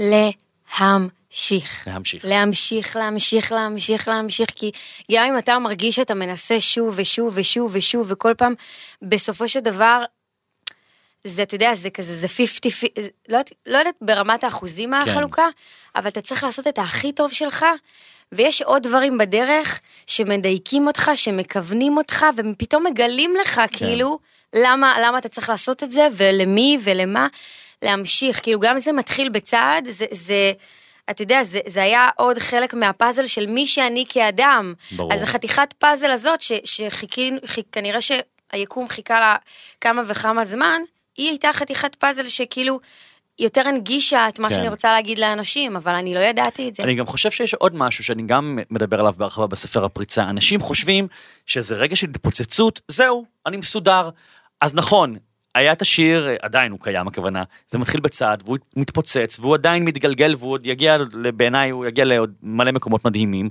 להמשיך. להמשיך. להמשיך, להמשיך, להמשיך, להמשיך, כי גם אם אתה מרגיש שאתה מנסה שוב ושוב ושוב ושוב, וכל פעם, בסופו של דבר, זה, אתה יודע, זה כזה, זה חמישים, לא, לא יודעת ברמת האחוזים מהחלוקה, אבל אתה צריך לעשות את הכי טוב שלך, ויש עוד דברים בדרך שמדייקים אותך, שמכוונים אותך, ופתאום מגלים לך, כן. כאילו, למה, למה אתה צריך לעשות את זה, ולמי ולמה, להמשיך, כאילו גם זה מתחיל בצעד, זה, זה, אתה יודע, זה, זה היה עוד חלק מהפאזל של מי שאני כאדם, ברור. אז החתיכת פאזל הזאת, ש, שחיכין, חיכ, כנראה שהיקום חיכה לה כמה וכמה זמן, היא הייתה חתיכת פאזל שכאילו, יותר הנגישה את מה כן. שאני רוצה להגיד לאנשים, אבל אני לא ידעתי את זה. אני גם חושב שיש עוד משהו שאני גם מדבר עליו בהרחבה בספר הפריצה. אנשים חושבים שזה רגע של התפוצצות, זהו, אני מסודר. אז נכון, היה את השיר, עדיין הוא קיים הכוונה, זה מתחיל בצעד, והוא מתפוצץ, והוא עדיין מתגלגל, והוא עוד יגיע, בעיניי הוא יגיע לעוד מלא מקומות מדהימים.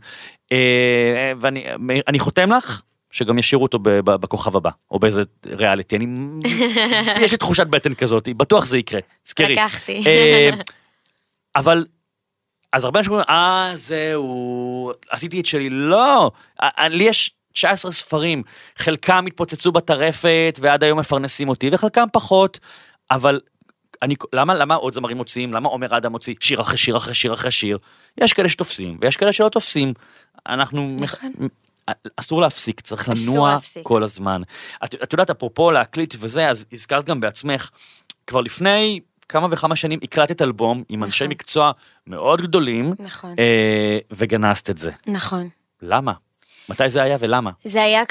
ואני אני חותם לך, שגם ישירו אותו בכוכב הבא, או באיזה ריאליטי, אני... יש לי תחושת בטן כזאת, בטוח זה יקרה, זכרי. לקחתי. אבל, אז הרבה אנשים אומרים, אה, זהו, עשיתי את שלי, לא, לי יש תשע עשרה ספרים, חלקם התפוצצו בטרפת, ועד היום מפרנסים אותי, וחלקם פחות, אבל אני, למה, למה עוד זמרים מוציאים? למה עומר אדם מוציא שיר אחרי שיר אחרי שיר אחרי שיר? יש כאלה שתופסים, ויש כאלה שלא תופסים. אנחנו, נכון. אסור להפסיק, צריך לנוע להפסיק. כל הזמן. את, את יודעת, אפרופו להקליט וזה, אז הזכרת גם בעצמך, כבר לפני כמה וכמה שנים הקלטת אלבום, עם אנשי נכון. מקצוע מאוד גדולים, נכון. אה, וגנזת את זה. נכון. למה? מתי זה היה ולמה? זה היה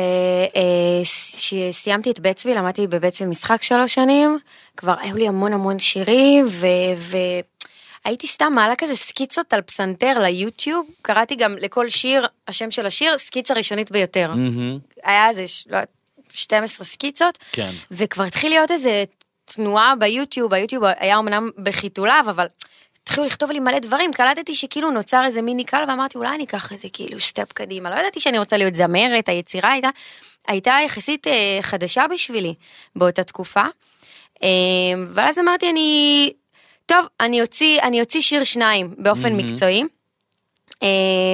כשסיימתי את בית צבי, למדתי בבית צבי משחק שלוש שנים, כבר היו לי המון המון שירים, והייתי סתם מעלה כזה סקיצות על פסנתר ליוטיוב, קראתי גם לכל שיר, השם של השיר, סקיצה ראשונית ביותר. היה איזה שתים עשרה סקיצות, כן. וכבר התחיל להיות איזה תנועה ביוטיוב, היוטיוב היה אמנם בחיתוליו, אבל התחילו לכתוב לי מלא דברים, קלטתי שכאילו נוצר איזה מיני קל, ואמרתי, אולי אני אקח איזה כאילו סטפ קדימה, לא ידעתי שאני רוצה להיות זמרת, היצירה הייתה, הייתה יחסית אה, חדשה בשבילי, באותה תקופה, אה, ואז אמרתי, אני, טוב, אני אוציא, אני אוציא שיר שניים, באופן mm-hmm. מקצועי, אה,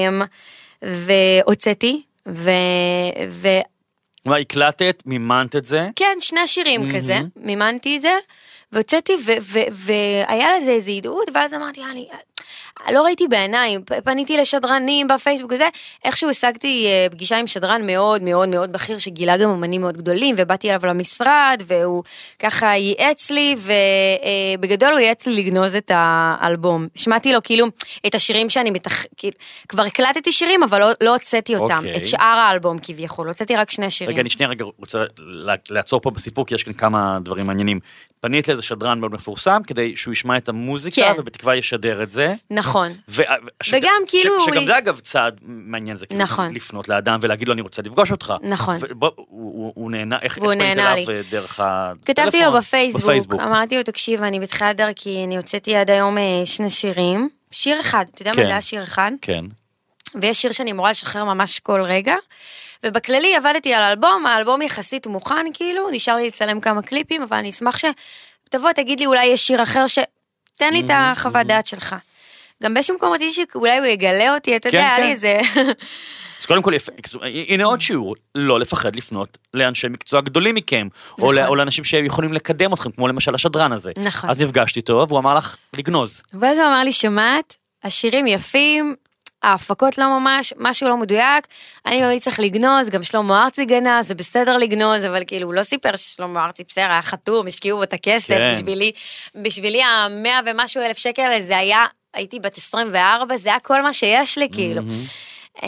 והוצאתי, ו... ו מה, הקלטת, מימנת את זה? כן, שני שירים mm-hmm. כזה, מימנתי את זה, והוצאתי, והיה לזה איזה עידוד, ואז אמרתי, אני לא ראיתי בעיניים, פניתי לשדרנים בפייסבוק וזה, איכשהו השגתי פגישה עם שדרן מאוד מאוד מאוד בכיר, שגילה גם אמנים מאוד גדולים, ובאתי אליו למשרד, והוא ככה ייעץ לי, ובגדול הוא ייעץ לי לגנוז את האלבום. שמעתי לו כאילו את השירים שאני מתח... כבר הקלטתי שירים, אבל לא, לא הוצאתי אותם, את שאר האלבום כביכול, הוצאתי רק שני שירים. רגע, אני שנייה רגע רוצה לעצור פה בסיפור, כי יש כאן כמה דברים מעניינים. פנית לאיזה שדרן מאוד מפורסם, כדי שהוא ישמע את המוזיקה, כן. ובתקווה ישדר את זה. נכון. ו- וגם ש- כאילו... ש- שגם הוא... זה אגב צעד מעניין, זה כאילו נכון. לפנות לאדם ולהגיד לו, אני רוצה לפגוש אותך. נכון. ובוא, הוא, הוא, הוא נהנה, איך פנית אליו דרך הטלפון? כתבתי לו בפייסבוק, בפייסבוק, אמרתי לו, תקשיב, אני בתחילת דרכי, אני הוצאתי עד היום שני שירים, שיר אחד, אתה יודע כן. מה זה היה שיר אחד? כן. ויש שיר שאני אמורה לשחרר ממש כל רגע, ובכללי עבדתי על האלבום, האלבום יחסית מוכן, כאילו, נשאר לי לצלם כמה קליפים, אבל אני אשמח ש... תבוא, תגיד לי, אולי יש שיר אחר ש... תן לי את החוות דעת שלך. גם באיזשהו מקום רציתי שאולי הוא יגלה אותי, אתה יודע, היה לי איזה... אז קודם כל, הנה עוד שיעור, לא לפחד לפנות לאנשי מקצוע גדולים מכם, או לאנשים שיכולים לקדם אתכם, כמו למשל השדרן הזה. נכון. אז נפגשתי טוב, והוא אמר לך לגנוז. ואז הוא אמר לי, שמעת, השירים יפים, ההפקות לא ממש, משהו לא מדויק, אני ממש צריך לגנוז, גם שלמה ארצי גנז, זה בסדר לגנוז, אבל כאילו הוא לא סיפר ששלמה ארצי בסדר, היה חתום, השקיעו בו את הכסף, כן. בשבילי, בשבילי המאה ומשהו אלף שקל, זה היה, הייתי בת עשרים וארבע, זה היה כל מה שיש לי, כאילו. Mm-hmm.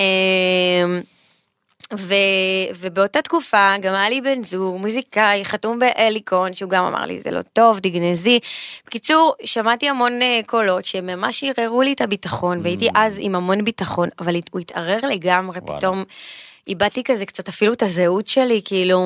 ו, ובאותה תקופה גם היה לי בן זוג, מוזיקאי, חתום באליקון, שהוא גם אמר לי, זה לא טוב, תגנזי. בקיצור, שמעתי המון קולות שממש ערערו לי את הביטחון, והייתי אז עם המון ביטחון, אבל הוא התערער לגמרי, פתאום איבדתי כזה קצת אפילו את הזהות שלי, כאילו,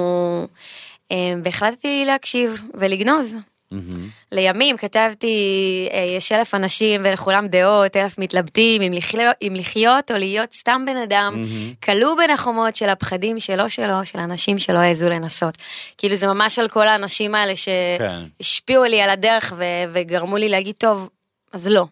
והחלטתי להקשיב ולגנוז. לימים כתבתי, יש אלף אנשים ולכולם דעות, אלף מתלבטים, אם לחיות או להיות סתם בן אדם, כלוא בין החומות של הפחדים שלו שלו, של אנשים שלא העזו לנסות. כאילו זה ממש על כל האנשים האלה שהשפיעו לי על הדרך וגרמו לי להגיד טוב, אז לא.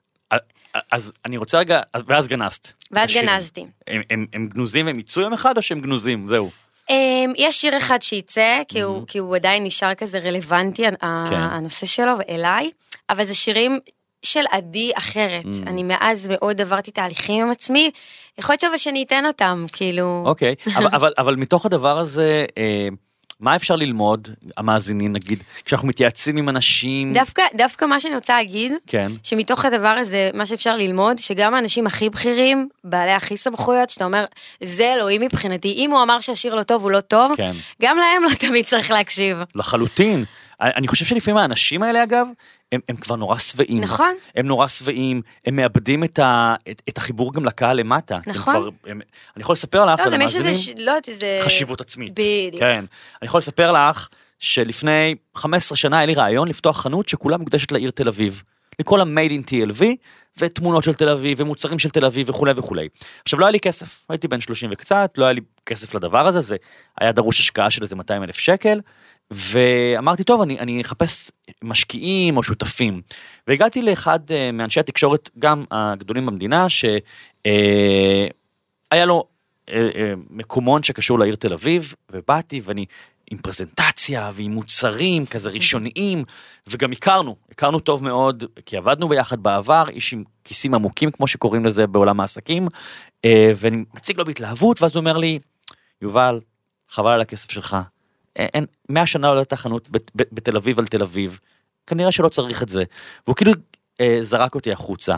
אז אני רוצה רגע, ואז גנזת. ואז גנזתי. הם גנוזים והם יצאו יום אחד או שהם גנוזים? זהו. יש שיר אחד שיצא, כי הוא, כי הוא עדיין נשאר כזה רלוונטי, הנושא שלו ואליי, אבל זה שירים של עדי אחרת. אני מאז מאוד עברתי תהליכים עם עצמי, יכול להיות שווה שאני אתן אותם, כאילו... אוקיי, אבל, אבל מתוך הדבר הזה, מה אפשר ללמוד, המאזינים נגיד, כשאנחנו מתייעצים עם אנשים? דווקא, דווקא מה שאני רוצה להגיד, כן. שמתוך הדבר הזה, מה שאפשר ללמוד, שגם האנשים הכי בכירים, בעלי הכי סמכויות, שאתה אומר, זה אלוהים מבחינתי, אם הוא אמר שהשיר לא טוב, הוא לא טוב, כן. גם להם לא תמיד צריך להקשיב. לחלוטין. אני חושב שלפעמים האנשים האלה, אגב, הם, הם כבר נורא שבעים. נכון. הם נורא שבעים, הם מאבדים את, ה, את, את החיבור גם לקהל למטה. נכון. כבר, הם, אני יכול לספר לך, לא, גם יש איזה, ש... לא, איזה... חשיבות עצמית. בדיוק. כן. אני יכול לספר לך, שלפני חמש עשרה שנה היה לי רעיון לפתוח חנות שכולה מוקדשת לעיר תל אביב. לקרוא לה Made in טי אל וי, ותמונות של תל אביב, ומוצרים של תל אביב וכו' וכו'. עכשיו לא היה לי כסף, הייתי בן שלושים וקצת, לא היה לי כסף לדבר הזה, זה היה דרוש השקעה של איזה מאתיים אלף שקל, ואמרתי, טוב, אני, אני אחפש משקיעים או שותפים. והגעתי לאחד מאנשי התקשורת, גם הגדולים במדינה, שהיה לו מקומון שקשור לעיר תל אביב, ובאתי ואני עם פרזנטציה ועם מוצרים כזה ראשוניים, וגם הכרנו, הכרנו טוב מאוד, כי עבדנו ביחד בעבר, איש עם כיסים עמוקים, כמו שקוראים לזה בעולם העסקים, ואני מציג לו בהתלהבות, ואז הוא אומר לי, יובל, חבל על הכסף שלך, אין, מאה שנה לא הייתה חנות בתל אביב על תל אביב, כנראה שלא צריך את זה, והוא כאילו זרק אותי החוצה,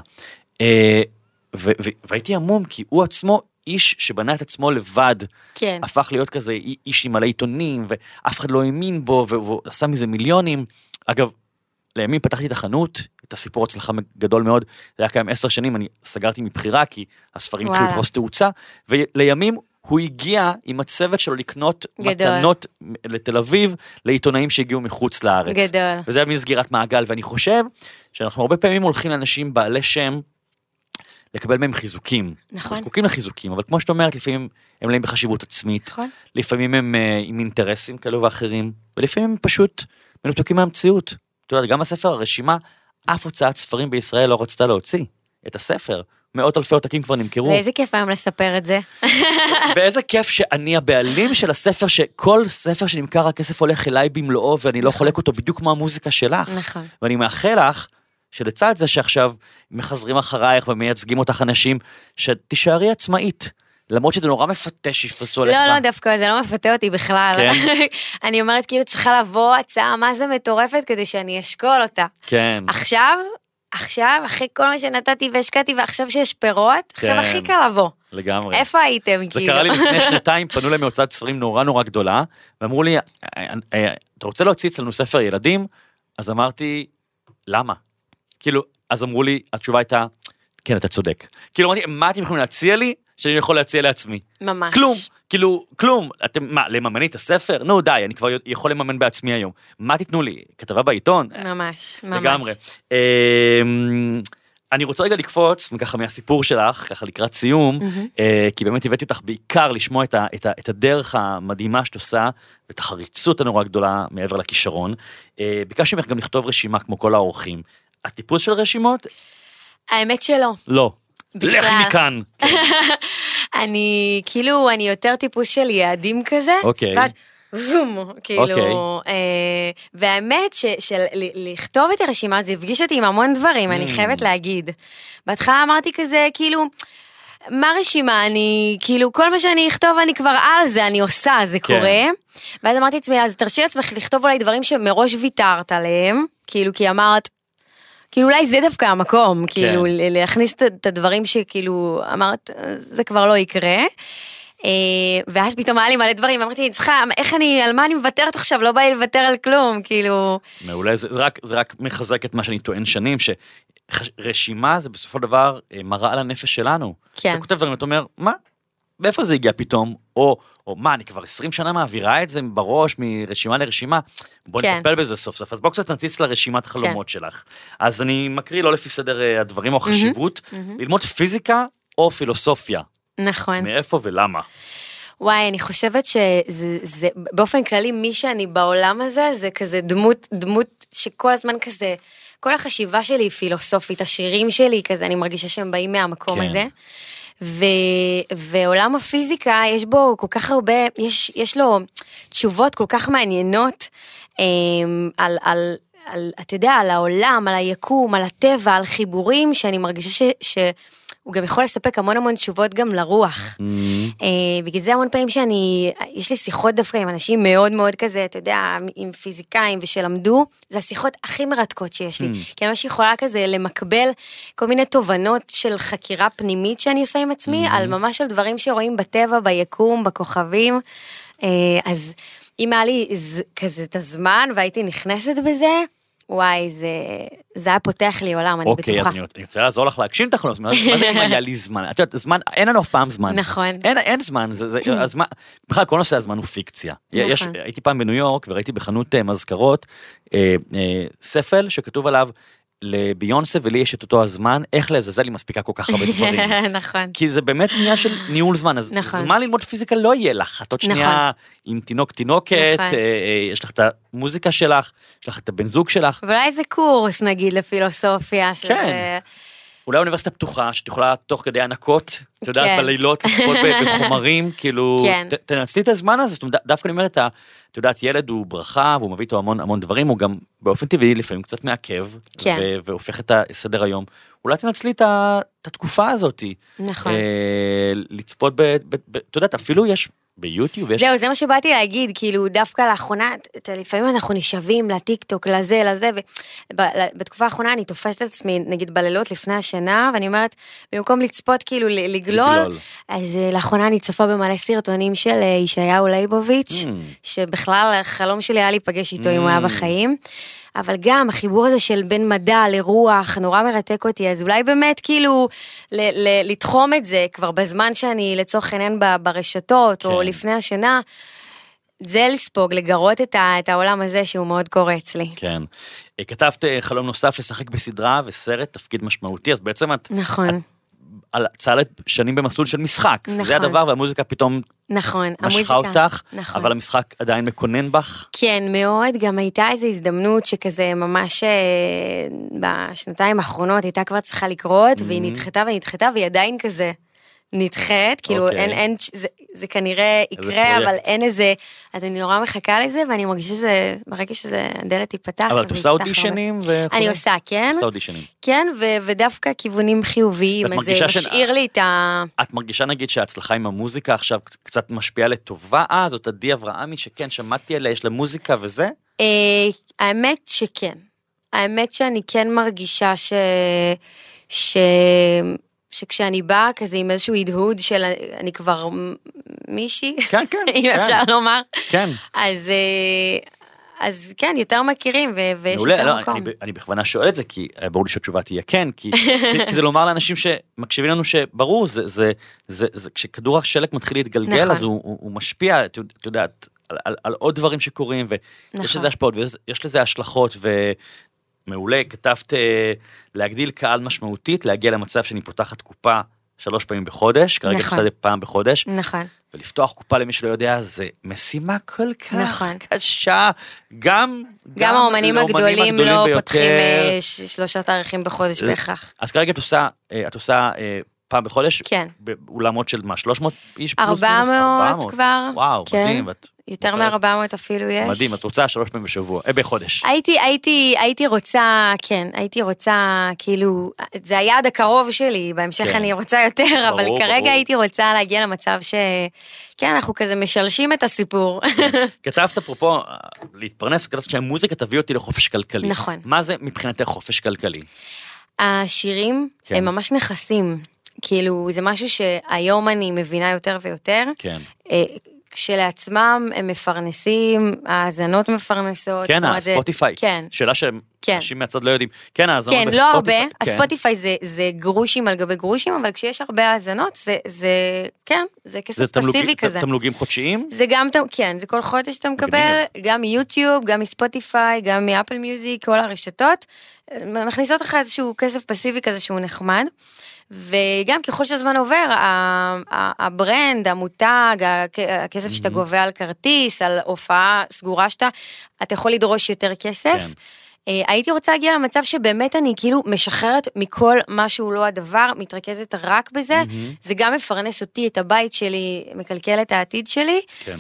והייתי עמום, כי הוא עצמו, איש שבנה את עצמו לבד, כן. הפך להיות כזה איש עם מלא עיתונים, ואף אחד לא האמין בו, והוא עשה מזה מיליונים. אגב, לימים פתחתי את החנות, את הסיפור הצלחה גדול מאוד, זה היה קיים עשר שנים, אני סגרתי מבחירה, כי הספרים התחילו לתפוס תאוצה, ולימים הוא הגיע עם הצוות שלו לקנות גדול. מתנות לתל אביב, לעיתונאים שהגיעו מחוץ לארץ. גדול. וזה היה מסגירת מעגל, ואני חושב שאנחנו הרבה פעמים הולכים לאנשים בעלי שם, לקבל מהם חיזוקים. נכון. אנחנו זקוקים לחיזוקים, אבל כמו שאת אומרת, לפעמים הם מלאים בחשיבות עצמית, נכון. לפעמים הם uh, עם אינטרסים כאלו ואחרים, ולפעמים הם פשוט מנותקים מהמציאות. את יודעת, גם הספר הרשימה, אף הוצאת ספרים בישראל לא רצתה להוציא את הספר. מאות אלפי עותקים כבר נמכרו. ואיזה כיף היום לספר את זה. ואיזה כיף שאני הבעלים של הספר, שכל ספר שנמכר, הכסף הולך אליי במלואו, ואני לא חולק אותו בדיוק כמו המוזיקה שלך. נכון. ואני מאחל לך, שלצד זה שעכשיו מחזרים אחרייך ומייצגים אותך אנשים, שתישארי עצמאית, למרות שזה נורא מפתה שיפרסו עליך. לא, לא, דווקא זה לא מפתה אותי בכלל. כן? אני אומרת, כאילו צריכה לבוא הצעה, מה זה מטורפת, כדי שאני אשקול אותה. כן. עכשיו, עכשיו, אחרי כל מה שנתתי והשקעתי, ועכשיו שיש פירות, עכשיו הכי קל לבוא. לגמרי. איפה הייתם, זה כאילו? קרה לי לפני שנתיים, פנו להם מהוצאת ספרים נורא נורא גדולה, ואמרו לי, אתה רוצה להוציא אצלנו ספר ילדים? אז אמרתי, למה? כאילו, אז אמרו לי, התשובה הייתה, כן, אתה צודק. כאילו, אמרתי, מה אתם יכולים להציע לי, שאני יכול להציע לעצמי? ממש. כלום, כאילו, כלום. אתם, מה, לממן לי את הספר? נו, די, אני כבר יכול לממן בעצמי היום. מה תיתנו לי? כתבה בעיתון? ממש, ממש. לגמרי. אני רוצה רגע לקפוץ, ככה מהסיפור שלך, ככה לקראת סיום, כי באמת הבאתי אותך בעיקר לשמוע את הדרך המדהימה שאת עושה, ואת החריצות הנורא גדולה מעבר לכישרון. ביקשתי ממך גם לכתוב רשימה כמו כל האורחים. הטיפוס של רשימות? האמת שלא. לא. בכלל. לכי מכאן. אני, כאילו, אני יותר טיפוס של יעדים כזה. אוקיי. ואז, וום, כאילו, והאמת של לכתוב את הרשימה, זה הפגיש אותי עם המון דברים, אני חייבת להגיד. בהתחלה אמרתי כזה, כאילו, מה רשימה? אני, כאילו, כל מה שאני אכתוב, אני כבר על זה, אני עושה, זה קורה. ואז אמרתי לעצמי, אז תרשי לעצמך לכתוב אולי דברים שמראש ויתרת עליהם, כאילו, כי אמרת, כאילו אולי זה דווקא המקום, כאילו להכניס את הדברים שכאילו אמרת, זה כבר לא יקרה, ואז פתאום היה לי מלא דברים, אמרתי, צריכה, איך אני, על מה אני מוותרת עכשיו, לא בא לי לוותר על כלום, כאילו. מעולה, זה רק, זה רק מחזק את מה שאני טוען שנים, שרשימה זה בסופו דבר מראה על הנפש שלנו. כן. אתה כותב דברים, אתה אומר, מה? באיפה זה הגיע פתאום? או, או מה, אני כבר עשרים שנה מעבירה את זה בראש, מרשימה לרשימה, בוא כן. נטפל בזה סוף סוף, אז בוא קצת נציץ לרשימת החלומות כן. שלך. אז אני מקריא לא לפי סדר הדברים או החשיבות, mm-hmm, mm-hmm. ללמוד פיזיקה או פילוסופיה. נכון. מאיפה ולמה? וואי, אני חושבת שזה, זה, באופן כללי, מי שאני בעולם הזה, זה כזה דמות, דמות שכל הזמן כזה, כל החשיבה שלי היא פילוסופית, השירים שלי כזה, אני מרגישה שהם באים מהמקום כן. הזה. ו, ועולם הפיזיקה, יש בו כל כך הרבה, יש, יש לו תשובות כל כך מעניינות, על, על, על, אתה יודע, על העולם, על היקום, על הטבע, על חיבורים, שאני מרגישה ש, שהוא גם יכול לספק המון המון תשובות גם לרוח. Mm-hmm. בגלל זה המון פעמים שאני, יש לי שיחות דווקא עם אנשים מאוד מאוד כזה, אתה יודע, עם פיזיקאים ושלמדו, זה השיחות הכי מרתקות שיש לי. Mm-hmm. כי אני ממש יכולה כזה למקבל כל מיני תובנות של חקירה פנימית שאני עושה עם עצמי, mm-hmm. על ממש על דברים שרואים בטבע, ביקום, בכוכבים. אז אם היה לי כזה את הזמן והייתי נכנסת בזה, וואי, זה, זה היה פותח לי עולם, אני אוקיי, בטוחה. אז אני, אני רוצה לעזור לך להגשים את החלום, מה זה אם היה לי זמן? את יודעת, זמן, אין לנו אף פעם זמן. נכון. אין, אין זמן, זה, זה, הזמן, בכלל כל נושא הזמן הוא פיקציה. נכון. יש, הייתי פעם בניו יורק וראיתי בחנות מזכרות, אה, אה, ספל שכתוב עליו, לביונסה ולי יש את אותו הזמן, איך לעזאזל לי מספיקה כל כך הרבה דברים. נכון. כי זה באמת עניין של ניהול זמן, אז נכון. זמן ללמוד פיזיקה לא יהיה לך, את עוד שנייה נכון. עם תינוק תינוקת, נכון. יש לך את המוזיקה שלך, יש לך את הבן זוג שלך. ואולי זה קורס נגיד לפילוסופיה, שזה... כן. אולי אוניברסיטה פתוחה, שאת יכולה תוך כדי ענקות, את יודעת, בלילות, לצפות בחומרים, כאילו, תנצלי את הזמן הזה, דווקא אני אומרת, את יודעת, ילד הוא ברכה, והוא מביא איתו המון המון דברים, הוא גם באופן טבעי לפעמים קצת מעכב, והופך את הסדר היום. אולי תנצלי את התקופה הזאת. נכון. לצפות, את יודעת, אפילו יש... ביוטיוב יש... זהו, זה מה שבאתי להגיד, כאילו דווקא לאחרונה, לפעמים אנחנו נשבים לטיק-טוק, לזה, לזה, ובתקופה האחרונה אני תופסת את עצמי, נגיד בלילות לפני השנה, ואני אומרת, במקום לצפות כאילו לגלול, אז לאחרונה אני צופה במלא סרטונים של ישעיהו ליבוביץ', שבכלל החלום שלי היה להיפגש איתו אם הוא היה בחיים, אבל גם החיבור הזה של בין מדע לרוח, נורא מרתק אותי, אז אולי באמת כאילו ל- ל- לתחום את זה, כבר בזמן שאני לצורך העניין ברשתות, כן. או לפני השנה, זה לספוג, לגרות את, ה- את העולם הזה שהוא מאוד קורה אצלי. כן. כתבת חלום נוסף לשחק בסדרה וסרט, תפקיד משמעותי, אז בעצם את... נכון. את... על צלת שנים במסלול של משחק, נכון. זה הדבר, והמוזיקה פתאום נכון, משכה המוזיקה, אותך, נכון. אבל המשחק עדיין מקונן בך? כן, מאוד, גם הייתה איזו הזדמנות שכזה ממש בשנתיים האחרונות הייתה כבר צריכה לקרות, mm-hmm. והיא נדחתה ונדחתה, והיא עדיין כזה נדחית, כאילו okay. אין, אין, זה, זה כנראה יקרה, אבל אין איזה, אז אני נורא מחכה לזה, ואני מרגישה שזה, ברגע שזה, הדלת תיפתח. אבל את עושה אודישנים? אני עושה, כן. עושה אודישנים. כן, ו- ודווקא כיוונים חיוביים, אז זה משאיר לי את ה... את מרגישה נגיד שההצלחה עם המוזיקה עכשיו קצת משפיעה לטובה, אה, זאת עדי אברהמי, שכן, שמעתי עליה, יש לה מוזיקה וזה? האמת שכן. האמת שאני כן מרגישה ש... ש... שכשאני באה כזה עם איזשהו הדהוד של אני כבר מישהי, כן, כן, אם אפשר לומר, כן. אז, אז כן, יותר מכירים ויש יותר מקום. אני, אני בכוונה שואל את זה, כי ברור לי שהתשובה תהיה כן, כי כדי לומר לאנשים שמקשיבים לנו שברור, זה, זה, זה, זה, כשכדור השלג מתחיל להתגלגל, נכון. אז הוא, הוא, הוא משפיע, את יודעת, על, על, על עוד דברים שקורים, ויש נכון. לזה השפעות, ויש לזה השלכות, ו... מעולה, כתבת להגדיל קהל משמעותית, להגיע למצב שאני פותחת קופה שלוש פעמים בחודש, כרגע נכון. תפסד פעם בחודש, נכון. ולפתוח קופה למי שלא יודע, זה משימה כל כך נכון. קשה, גם... גם האומנים הגדולים לא פותחים שלושה תאריכים בחודש בהכרח. אז כרגע את עושה, את עושה פעם בחודש, כן. באולמות של מה, שלוש מאות איש פלוס? ארבע מאות כבר. וואו, כן. מדהים. יותר מ-ארבע מאות אפילו יש. מדהים, את רוצה שלוש פעמים בשבוע, אה, בחודש. הייתי, הייתי, הייתי רוצה, כן, הייתי רוצה, כאילו, זה היעד הקרוב שלי, בהמשך כן. אני רוצה יותר, ברור, אבל ברור. כרגע הייתי רוצה להגיע למצב ש... כן, אנחנו כזה משלשים את הסיפור. כתבת אפרופו, להתפרנס, כתבת שהמוזיקה תביא אותי לחופש כלכלי. נכון. מה זה מבחינתך חופש כלכלי? השירים כן. הם ממש נכסים. כאילו, זה משהו שהיום אני מבינה יותר ויותר. כן. כשלעצמם הם מפרנסים, האזנות מפרנסות. כן, הספוטיפיי. כן. שאלה שאנשים מהצד לא יודעים. כן, האזנות בספוטיפיי. כן, לא הרבה. הספוטיפיי זה גרושים על גבי גרושים, אבל כשיש הרבה האזנות, זה, כן, זה כסף פסיבי כזה. זה תמלוגים חודשיים? זה גם, כן, זה כל חודש אתה מקבל, גם מיוטיוב, גם מספוטיפיי, גם מאפל מיוזיק, כל הרשתות, מכניסות לך איזשהו כסף פסיבי כזה שהוא נחמד. וגם ככל שהזמן עובר, הברנד, המותג, הכסף שאתה גובה על כרטיס, על הופעה סגורה שאתה, אתה יכול לדרוש יותר כסף. הייתי רוצה להגיע למצב שבאמת אני כאילו משחררת מכל משהו לא הדבר, מתרכזת רק בזה, זה גם מפרנס אותי, את הבית שלי, מקלקל את העתיד שלי. כן.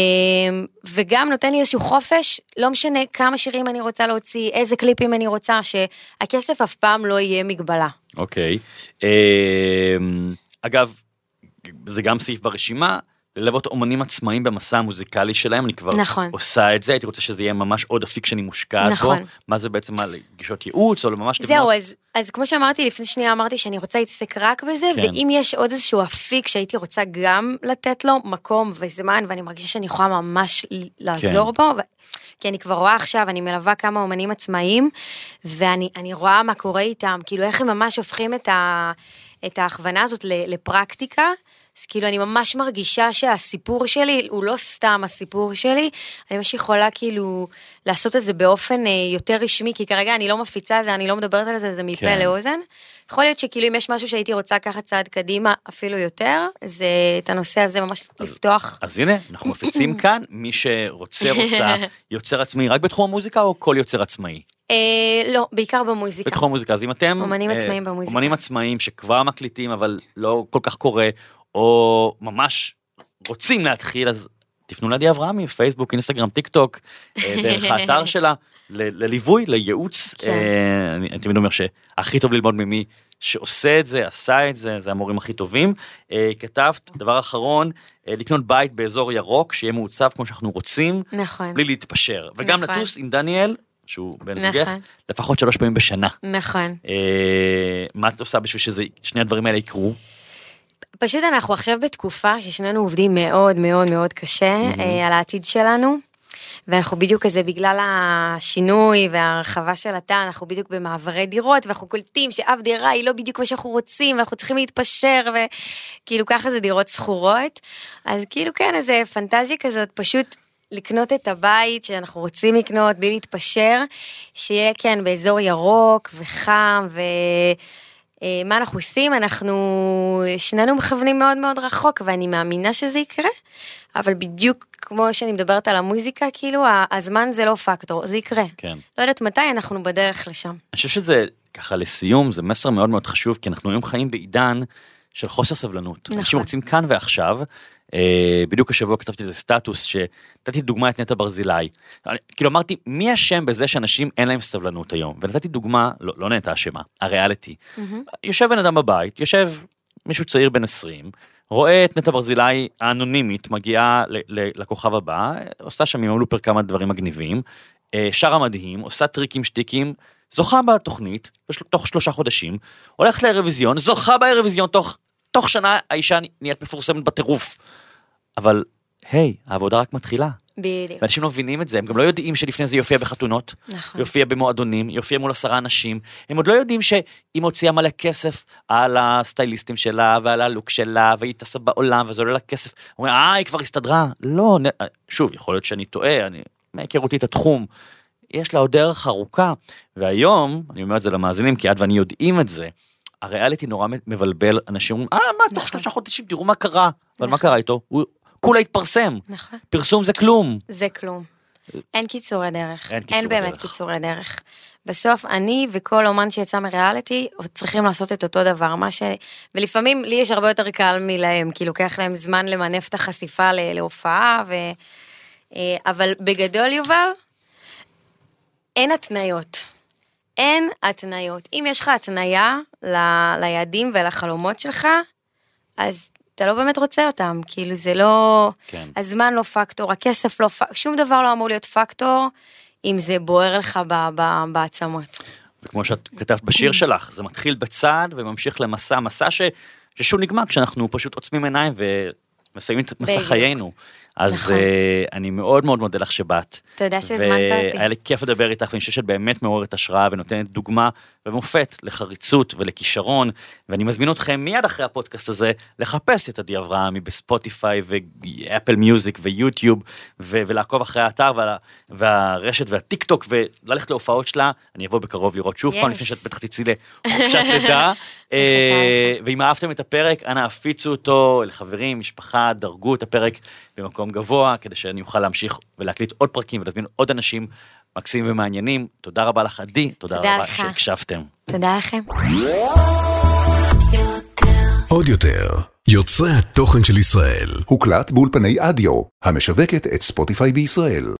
וגם נותן לי איזשהו חופש, לא משנה כמה שירים אני רוצה להוציא, איזה קליפים אני רוצה, שהכסף אף פעם לא יהיה מגבלה. אוקיי. אגב, זה גם סעיף ברשימה, ללוות אומנים עצמאים במסע המוזיקלי שלהם, אני כבר נכון. עושה את זה, הייתי רוצה שזה יהיה ממש עוד אפיק שאני מושקעת נכון. בו, מה זה בעצם על גישות ייעוץ, או ממש... זהו, תבנות... אז, אז כמו שאמרתי, לפני שנייה אמרתי שאני רוצה להתעסק רק בזה, כן. ואם יש עוד איזשהו אפיק שהייתי רוצה גם לתת לו מקום וזמן, ואני מרגישה שאני יכולה ממש לעזור כן. בו, ו... כי אני כבר רואה עכשיו, אני מלווה כמה אומנים עצמאיים, ואני אני רואה מה קורה איתם, כאילו איך הם ממש הופכים את, ה, את ההכוונה הזאת לפרקטיקה, אז כאילו אני ממש מרגישה שהסיפור שלי הוא לא סתם הסיפור שלי, אני ממש יכולה כאילו לעשות את זה באופן יותר רשמי, כי כרגע אני לא מפיצה זה, אני לא מדברת על זה, זה מפה כן. לאוזן. יכול להיות שכאילו אם יש משהו שהייתי רוצה לקחת צעד קדימה אפילו יותר, זה את הנושא הזה ממש אז, לפתוח. אז הנה, אנחנו מפיצים כאן, מי שרוצה רוצה יוצר עצמאי רק בתחום המוזיקה או כל יוצר עצמאי? אה, לא, בעיקר במוזיקה. בתחום המוזיקה, אז אם אתם... אומנים עצמאיים במוזיקה. אומנים עצמאיים שכבר מקליטים אבל לא כל כך קורה, או ממש רוצים להתחיל, אז תפנו לעדי אברהמי, פייסבוק, אינסטגרם, טיק טוק, דרך האתר שלה, לליווי, לייעוץ. אני תמיד אומר שהכי טוב ללמוד ממי שעושה את זה, עשה את זה, זה המורים הכי טובים. כתבת, דבר אחרון, לקנות בית באזור ירוק, שיהיה מעוצב כמו שאנחנו רוצים, בלי להתפשר. וגם לטוס עם דניאל, שהוא בן זוגך, לפחות שלוש פעמים בשנה. נכון. מה את עושה בשביל ששני הדברים האלה יקרו? פשוט אנחנו עכשיו בתקופה ששנינו עובדים מאוד מאוד מאוד קשה mm-hmm. על העתיד שלנו, ואנחנו בדיוק כזה בגלל השינוי והרחבה של התא, אנחנו בדיוק במעברי דירות, ואנחנו קולטים שאף דירה היא לא בדיוק מה שאנחנו רוצים, ואנחנו צריכים להתפשר, וכאילו ככה זה דירות סחורות, אז כאילו כן, איזה פנטזיה כזאת, פשוט לקנות את הבית שאנחנו רוצים לקנות, בלי להתפשר, שיהיה כן באזור ירוק וחם ו... מה אנחנו עושים? אנחנו שנינו מכוונים מאוד מאוד רחוק, ואני מאמינה שזה יקרה, אבל בדיוק כמו שאני מדברת על המוזיקה, כאילו הזמן זה לא פקטור, זה יקרה. כן. לא יודעת מתי, אנחנו בדרך לשם. אני חושב שזה, ככה לסיום, זה מסר מאוד מאוד חשוב, כי אנחנו היום חיים בעידן של חוסר סבלנות. נכון. אנשים רוצים כאן ועכשיו, בדיוק השבוע כתבתי איזה סטטוס, שנתתי דוגמה את נטע ברזילי. כאילו אמרתי, מי השם בזה שאנשים אין להם סבלנות היום? ונתתי דוגמה, לא, לא נטע השמה, הריאליטי. יושב בן אדם בבית, יושב מישהו צעיר בן עשרים, רואה את נטע ברזילי האנונימית, מגיעה לכוכב הבא, עושה שם עם הלופר כמה דברים מגניבים, שרה מדהים, עושה טריקים שטיקים, זוכה בתוכנית, תוך שלושה חודשים, הולכת לאירוויזיון, זוכה באירוויזיון תוך... תוך שנה האישה נהיית מפורסמת בטירוף. אבל, היי, העבודה רק מתחילה. בדיוק. ואנשים לא מבינים את זה, הם גם לא יודעים שלפני זה יופיע בחתונות, נכון. יופיע במועדונים, יופיע מול עשרה אנשים, הם עוד לא יודעים שהיא מוציאה מלא כסף על הסטייליסטים שלה, ועל הלוק שלה, והיא תעשה בעולם, וזה עולה לה כסף. הוא אומר, אה, היא כבר הסתדרה. לא, שוב, יכול להיות שאני טועה, אני מהיכרותי את התחום, יש לה עוד דרך ארוכה, והיום, אני אומר את זה למאזינים, כי עד ואני יודעים את זה, הריאליטי נורא מבלבל, אנשים אומרים, אה, מה, תוך שלושה חודשים, תראו מה קרה, אבל מה קרה איתו? הוא כולה התפרסם. פרסום זה כלום. זה כלום. אין קיצורי דרך. אין באמת קיצורי דרך. בסוף, אני וכל אומן שיצא מריאליטי, צריכים לעשות את אותו דבר, מה ש... ולפעמים לי יש הרבה יותר קל מלהם, כי לוקח להם זמן למנף את החשיפה להופעה, ו... אבל בגדול, יובל, אין התניות. אין התניות. אם יש לך התניה ל- ליעדים ולחלומות שלך, אז אתה לא באמת רוצה אותם. כאילו זה לא... כן. הזמן לא פקטור, הכסף לא פקטור, שום דבר לא אמור להיות פקטור, אם זה בוער לך ב- ב- בעצמות. וכמו שאת כתבת בשיר שלך, זה מתחיל בצעד וממשיך למסע, מסע ש... ששוב נגמר כשאנחנו פשוט עוצמים עיניים ומסיימים את מסע חיינו. אז נכון. uh, אני מאוד מאוד מודה לך שבאת. תודה שהזמנת אותי. והיה לי כיף לדבר איתך, ואני חושב שאת באמת מעוררת השראה, ונותנת דוגמה ומופת לחריצות ולכישרון, ואני מזמין אתכם מיד אחרי הפודקאסט הזה, לחפש את עדי אברהמי בספוטיפיי, ואפל מיוזיק, ויוטיוב, ו- ולעקוב אחרי האתר, וה- והרשת והטיק טוק, וללכת להופעות שלה, אני אבוא בקרוב לראות שוב yes. פעם, לפני שאת בטח תצאי לחופשת לידה. ואם אהבתם את הפרק, אנא הפיצו אותו לחברים, משפחה, דרגו את הפרק במקום גבוה, כדי שאני אוכל להמשיך ולהקליט עוד פרקים, ולהזמין עוד אנשים מקסימים ומעניינים. תודה רבה לך, עדי, תודה, תודה רבה לך. שהקשבתם. תודה לכם. עוד יותר, יוצרי התוכן של ישראל. הוקלט באולפני אדיו, המשווקת את ספוטיפיי בישראל.